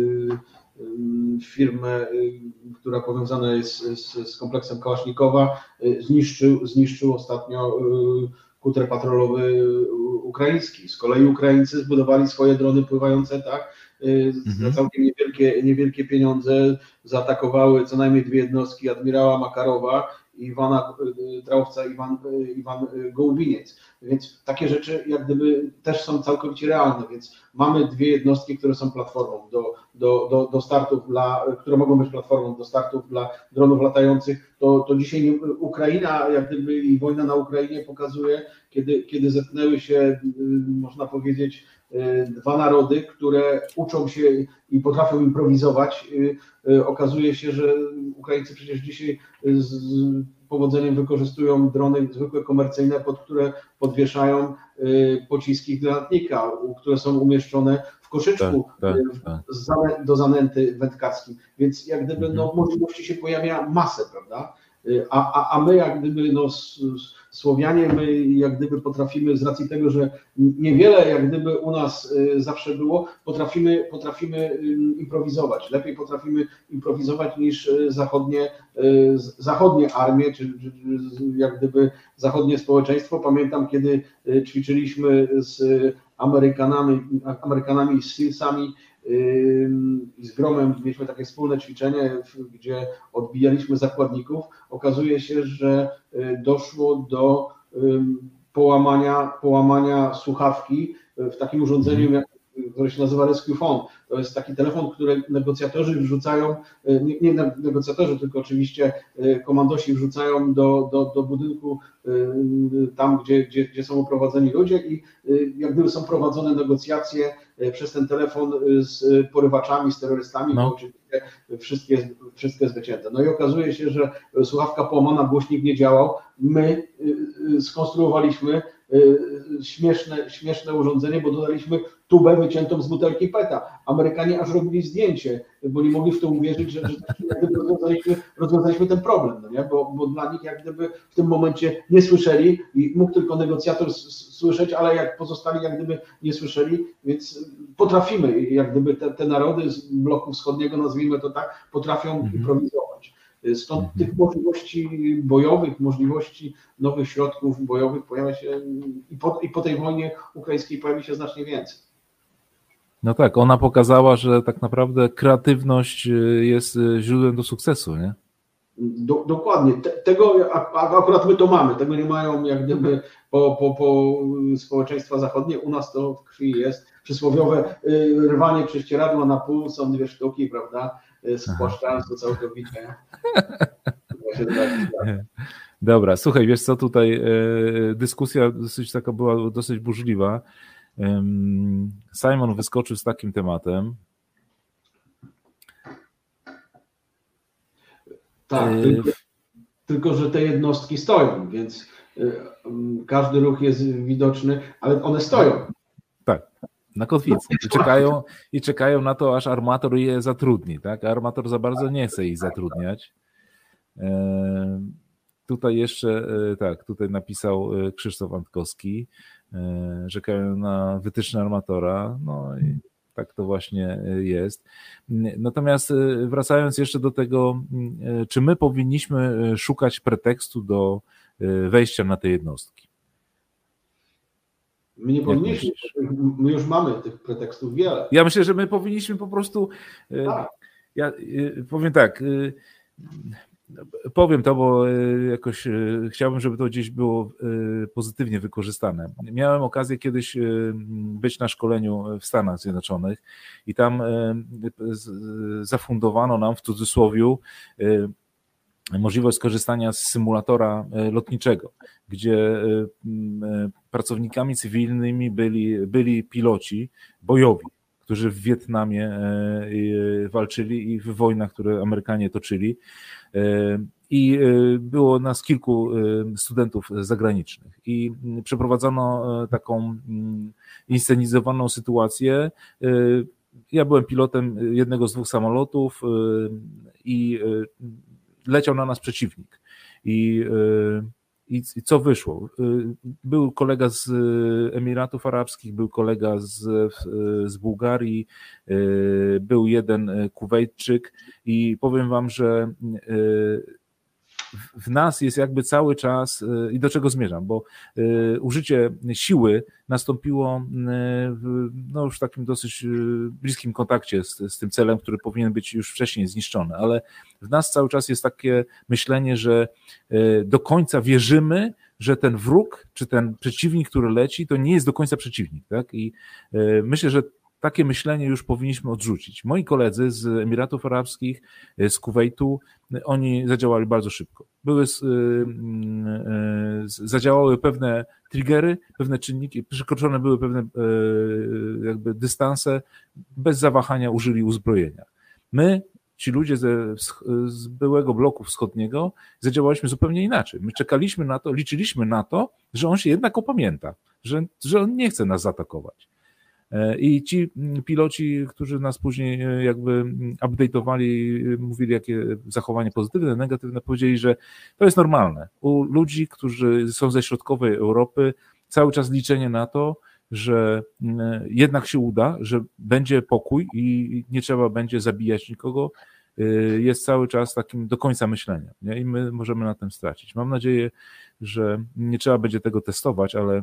firmę, która powiązana jest z, z kompleksem Kałasznikowa, zniszczył, zniszczył ostatnio kuter patrolowy ukraiński. Z kolei Ukraińcy zbudowali swoje drony pływające, tak, za całkiem niewielkie, niewielkie pieniądze, zaatakowały co najmniej dwie jednostki admirała Makarowa i Iwana Traowca, Iwan, Iwan Gołubiniec. Więc takie rzeczy jak gdyby też są całkowicie realne, więc mamy dwie jednostki, które są platformą do, do, do, do startów, dla, które mogą być platformą do startów dla dronów latających. To, to dzisiaj nie, Ukraina, jak gdyby i wojna na Ukrainie pokazuje, kiedy, kiedy zetknęły się, można powiedzieć, dwa narody, które uczą się i potrafią improwizować. Okazuje się, że Ukraińcy przecież dzisiaj z powodzeniem wykorzystują drony zwykłe komercyjne, pod które podwieszają pociski granatnika, które są umieszczone w koszyczku tak, tak, tak. do zanęty wędkarskiej. Więc jak gdyby no, możliwości się pojawia masę, prawda? a, a, a my jak gdyby no, Słowianie, my jak gdyby potrafimy z racji tego, że niewiele jak gdyby u nas zawsze było, potrafimy, potrafimy improwizować. Lepiej potrafimy improwizować niż zachodnie, zachodnie armie, czy, czy jak gdyby zachodnie społeczeństwo. Pamiętam, kiedy ćwiczyliśmy z Amerykanami, Amerykanami z SEALsami i z Gromem, mieliśmy takie wspólne ćwiczenie, gdzie odbijaliśmy zakładników. Okazuje się, że doszło do połamania, połamania słuchawki w takim urządzeniu, jak, które się nazywa Rescue Phone. To jest taki telefon, który negocjatorzy wrzucają, nie, nie negocjatorzy, tylko oczywiście komandosi wrzucają do, do, do budynku tam, gdzie, gdzie, gdzie są uprowadzeni ludzie i jak gdyby są prowadzone negocjacje przez ten telefon z porywaczami, z terrorystami, no. Bo oczywiście wszystkie, wszystkie jest wycięte. No i okazuje się, że słuchawka połamana, głośnik nie działał. My skonstruowaliśmy śmieszne, śmieszne urządzenie, bo dodaliśmy tubę wyciętą z butelki peta. Amerykanie aż robili zdjęcie, bo nie mogli w to uwierzyć, że, że jak gdyby rozwiązaliśmy, rozwiązaliśmy ten problem, no nie? Bo, bo dla nich jak gdyby w tym momencie nie słyszeli i mógł tylko negocjator słyszeć, ale jak pozostali jak gdyby nie słyszeli, więc potrafimy, jak gdyby te, te narody z bloku wschodniego, nazwijmy to tak, potrafią mhm. improwizować. Stąd mhm. tych możliwości bojowych, możliwości nowych środków bojowych pojawia się i po, i po tej wojnie ukraińskiej pojawi się znacznie więcej. No tak, ona pokazała, że tak naprawdę kreatywność jest źródłem do sukcesu, nie? Do, dokładnie. Te, tego a, akurat my to mamy, tego nie mają jak gdyby po, po, po społeczeństwa zachodnie. U nas to w krwi jest przysłowiowe rwanie prześcieradła na pół, są dwie sztuki, prawda? Spłaszczając to całkowicie. Dobra, słuchaj, wiesz co, tutaj dyskusja dosyć taka była dosyć burzliwa. Simon wyskoczył z takim tematem. Tak, tylko, tylko że te jednostki stoją, więc każdy ruch jest widoczny, ale one stoją. Tak, na kotwicy i czekają, i czekają na to, aż armator je zatrudni. Tak? A armator za bardzo nie chce ich zatrudniać. Tutaj jeszcze, tak, tutaj napisał Krzysztof Antkowski, czekają na wytyczne armatora, no i tak to właśnie jest. Natomiast wracając jeszcze do tego, czy my powinniśmy szukać pretekstu do wejścia na te jednostki? My nie powinniśmy, my już mamy tych pretekstów wiele. Ja myślę, że my powinniśmy po prostu, tak. Ja powiem tak, powiem to, bo jakoś chciałbym, żeby to gdzieś było pozytywnie wykorzystane. Miałem okazję kiedyś być na szkoleniu w Stanach Zjednoczonych i tam zafundowano nam w cudzysłowiu możliwość skorzystania z symulatora lotniczego, gdzie pracownikami cywilnymi byli, byli piloci bojowi, którzy w Wietnamie walczyli i w wojnach, które Amerykanie toczyli. I było nas kilku studentów zagranicznych i przeprowadzono taką inscenizowaną sytuację. Ja byłem pilotem jednego z dwóch samolotów i leciał na nas przeciwnik. I, i, i co wyszło? Był kolega z Emiratów Arabskich, był kolega z, z Bułgarii, był jeden Kuwejczyk i powiem wam, że w nas jest jakby cały czas, i do czego zmierzam, bo użycie siły nastąpiło w, no już w takim dosyć bliskim kontakcie z, z tym celem, który powinien być już wcześniej zniszczony, ale w nas cały czas jest takie myślenie, że do końca wierzymy, że ten wróg, czy ten przeciwnik, który leci, to nie jest do końca przeciwnik, tak? I myślę, że takie myślenie już powinniśmy odrzucić. Moi koledzy z Emiratów Arabskich, z Kuwejtu, oni zadziałali bardzo szybko. Były, zadziałały pewne triggery, pewne czynniki, przekroczone były pewne jakby dystanse, bez zawahania użyli uzbrojenia. My, ci ludzie ze, z byłego bloku wschodniego, zadziałaliśmy zupełnie inaczej. My czekaliśmy na to, liczyliśmy na to, że on się jednak opamięta, że, że on nie chce nas zaatakować. I ci piloci, którzy nas później jakby update'owali, mówili jakie zachowanie pozytywne, negatywne, powiedzieli, że to jest normalne. U ludzi, którzy są ze środkowej Europy, cały czas liczenie na to, że jednak się uda, że będzie pokój i nie trzeba będzie zabijać nikogo, jest cały czas takim do końca myślenia, nie? I my możemy na tym stracić. Mam nadzieję, że nie trzeba będzie tego testować, ale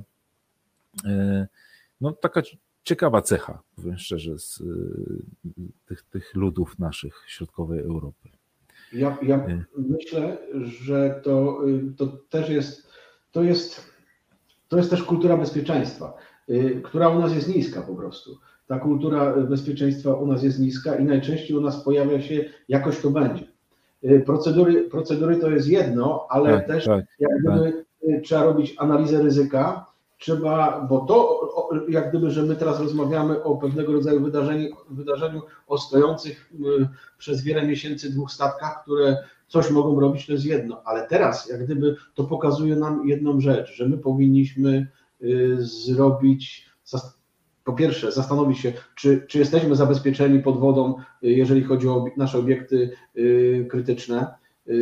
no taka ciekawa cecha, powiem szczerze, z tych, tych ludów naszych środkowej Europy. Ja, ja myślę, że to, to też jest, to jest, to jest też kultura bezpieczeństwa, która u nas jest niska po prostu. Ta kultura bezpieczeństwa u nas jest niska i najczęściej u nas pojawia się jakoś to będzie. Procedury, procedury to jest jedno, ale tak, też tak, jak gdyby tak. Trzeba robić analizę ryzyka, trzeba, bo to jak gdyby, że my teraz rozmawiamy o pewnego rodzaju wydarzeniu, wydarzeniu o stojących przez wiele miesięcy dwóch statkach, które coś mogą robić, to jest jedno, ale teraz jak gdyby to pokazuje nam jedną rzecz, że my powinniśmy zrobić, po pierwsze zastanowić się, czy, czy jesteśmy zabezpieczeni pod wodą, jeżeli chodzi o nasze obiekty krytyczne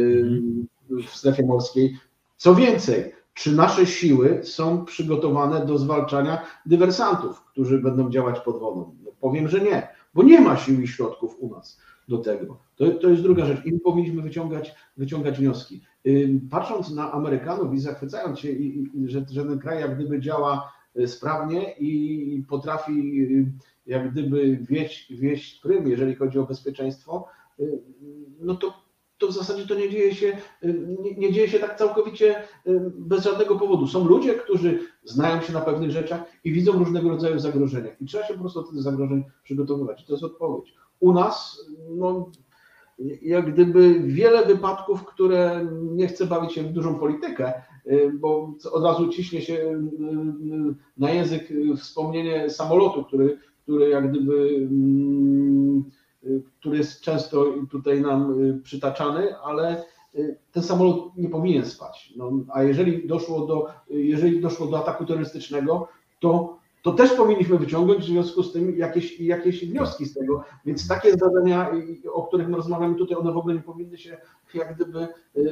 w strefie morskiej. Co więcej, czy nasze siły są przygotowane do zwalczania dywersantów, którzy będą działać pod wodą? No, powiem, że nie, bo nie ma sił i środków u nas do tego. To, to jest druga rzecz i my powinniśmy wyciągać, wyciągać wnioski. Patrząc na Amerykanów i zachwycając się, i, i, że, że ten kraj jak gdyby działa sprawnie i potrafi jak gdyby wieść, wieść prym, jeżeli chodzi o bezpieczeństwo, no to to w zasadzie to nie dzieje się, nie, nie dzieje się tak całkowicie bez żadnego powodu. Są ludzie, którzy znają się na pewnych rzeczach i widzą różnego rodzaju zagrożenia i trzeba się po prostu do tych zagrożeń przygotowywać. I to jest odpowiedź. U nas, no, jak gdyby wiele wypadków, które nie chcę bawić się w dużą politykę, bo od razu ciśnie się na język wspomnienie samolotu, który, który jak gdyby który jest często tutaj nam przytaczany, ale ten samolot nie powinien spać. No, a jeżeli doszło do, jeżeli doszło do ataku terrorystycznego, to, to też powinniśmy wyciągnąć w związku z tym jakieś, jakieś wnioski z tego. Więc takie zadania, o których my rozmawiamy tutaj, one w ogóle nie powinny się jak gdyby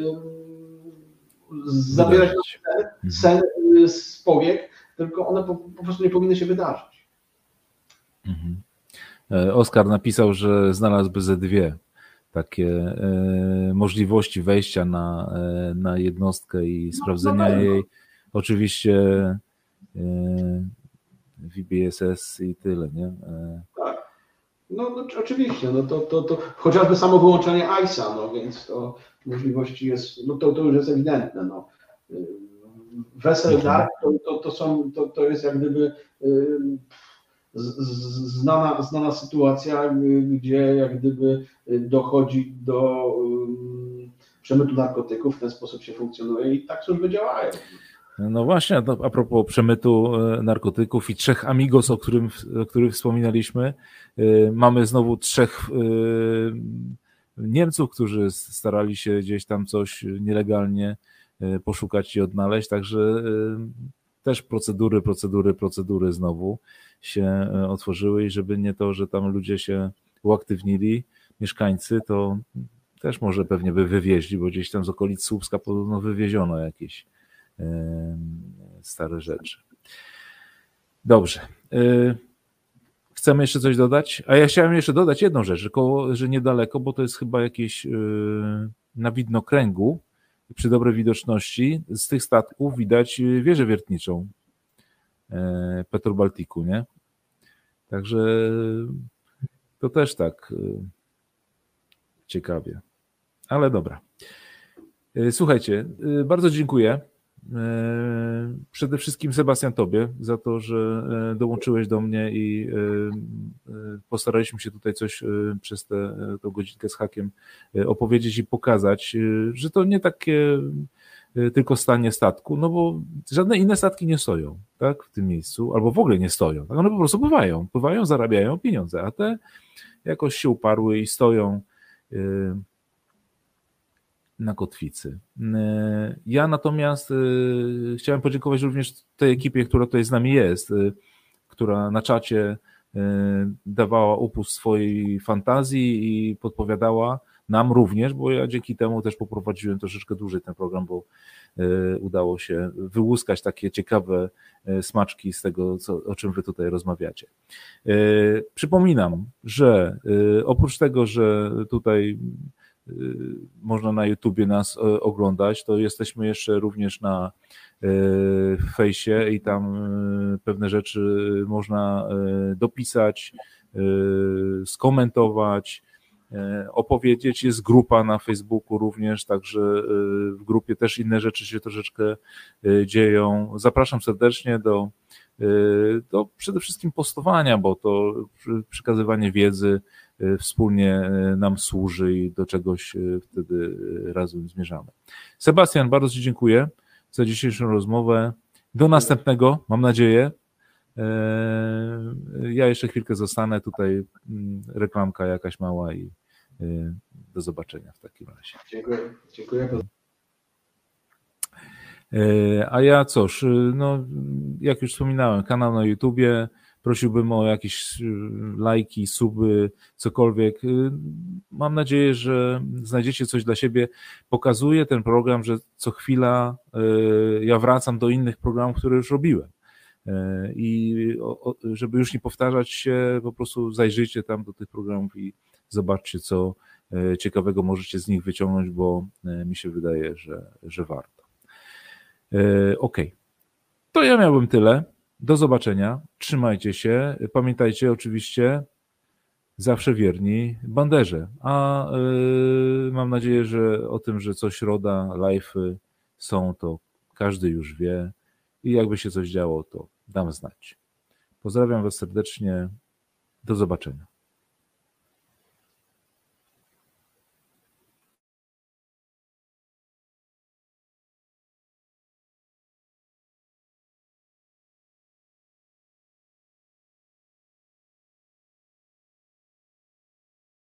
um, zabierać na sen, sen z powiek, tylko one po, po prostu nie powinny się wydarzyć. Mhm. Oskar napisał, że znalazłby ze dwie takie e, możliwości wejścia na, e, na jednostkę i sprawdzenia no, no, jej. Oczywiście e, V B S S i tyle, nie? E. Tak. No, no oczywiście, no to, to, to chociażby samo wyłączenie I S A, no więc to możliwości jest, no to, to już jest ewidentne, no. Vessel Dark to, to, to są, to, to jest jak gdyby Znana, znana sytuacja, gdzie jak gdyby dochodzi do um, przemytu narkotyków, w ten sposób się funkcjonuje i tak służby działają. No właśnie, no, a propos przemytu narkotyków i trzech amigos, o, którym, o których wspominaliśmy, mamy znowu trzech Niemców, którzy starali się gdzieś tam coś nielegalnie poszukać i odnaleźć, także też procedury, procedury, procedury znowu się otworzyły i żeby nie to, że tam ludzie się uaktywnili, mieszkańcy, to też może pewnie by wywieźli, bo gdzieś tam z okolic Słupska podobno wywieziono jakieś stare rzeczy. Dobrze. Chcemy jeszcze coś dodać? A ja chciałem jeszcze dodać jedną rzecz, że, koło, że niedaleko, bo to jest chyba jakieś na widnokręgu, przy dobrej widoczności, z tych statków widać wieżę wiertniczą Petro Baltiku, nie? Także to też tak ciekawie. Ale dobra. Słuchajcie, bardzo dziękuję. Przede wszystkim Sebastian tobie za to, że dołączyłeś do mnie i postaraliśmy się tutaj coś przez tę godzinkę z hakiem opowiedzieć i pokazać, że to nie takie tylko stanie statku, no bo żadne inne statki nie stoją, tak, w tym miejscu, albo w ogóle nie stoją. Tak? One po prostu pływają, pływają, zarabiają pieniądze, a te jakoś się uparły i stoją na kotwicy. Ja natomiast chciałem podziękować również tej ekipie, która tutaj z nami jest, która na czacie dawała upust swojej fantazji i podpowiadała nam również, bo ja dzięki temu też poprowadziłem troszeczkę dłużej ten program, bo udało się wyłuskać takie ciekawe smaczki z tego, co, o czym wy tutaj rozmawiacie. Przypominam, że oprócz tego, że tutaj można na YouTubie nas oglądać, to jesteśmy jeszcze również na fejsie i tam pewne rzeczy można dopisać, skomentować, opowiedzieć. Jest grupa na Facebooku również, także w grupie też inne rzeczy się troszeczkę dzieją. Zapraszam serdecznie do, do przede wszystkim postowania, bo to przekazywanie wiedzy wspólnie nam służy i do czegoś wtedy razem zmierzamy. Sebastian, bardzo Ci dziękuję za dzisiejszą rozmowę. Do następnego, mam nadzieję. Ja jeszcze chwilkę zostanę, tutaj reklamka jakaś mała i do zobaczenia w takim razie. Dziękuję. Dziękuję. A ja cóż, no jak już wspominałem, kanał na YouTubie, prosiłbym o jakieś lajki, suby, cokolwiek. Mam nadzieję, że znajdziecie coś dla siebie. Pokazuję ten program, że co chwila ja wracam do innych programów, które już robiłem. I żeby już nie powtarzać się, po prostu zajrzyjcie tam do tych programów i zobaczcie, co ciekawego możecie z nich wyciągnąć, bo mi się wydaje, że, że warto. Ok, to ja miałbym tyle. Do zobaczenia, trzymajcie się, pamiętajcie oczywiście, zawsze wierni banderze, a yy, mam nadzieję, że o tym, że co środa live'y są, to każdy już wie i jakby się coś działo, to dam znać. Pozdrawiam Was serdecznie, do zobaczenia.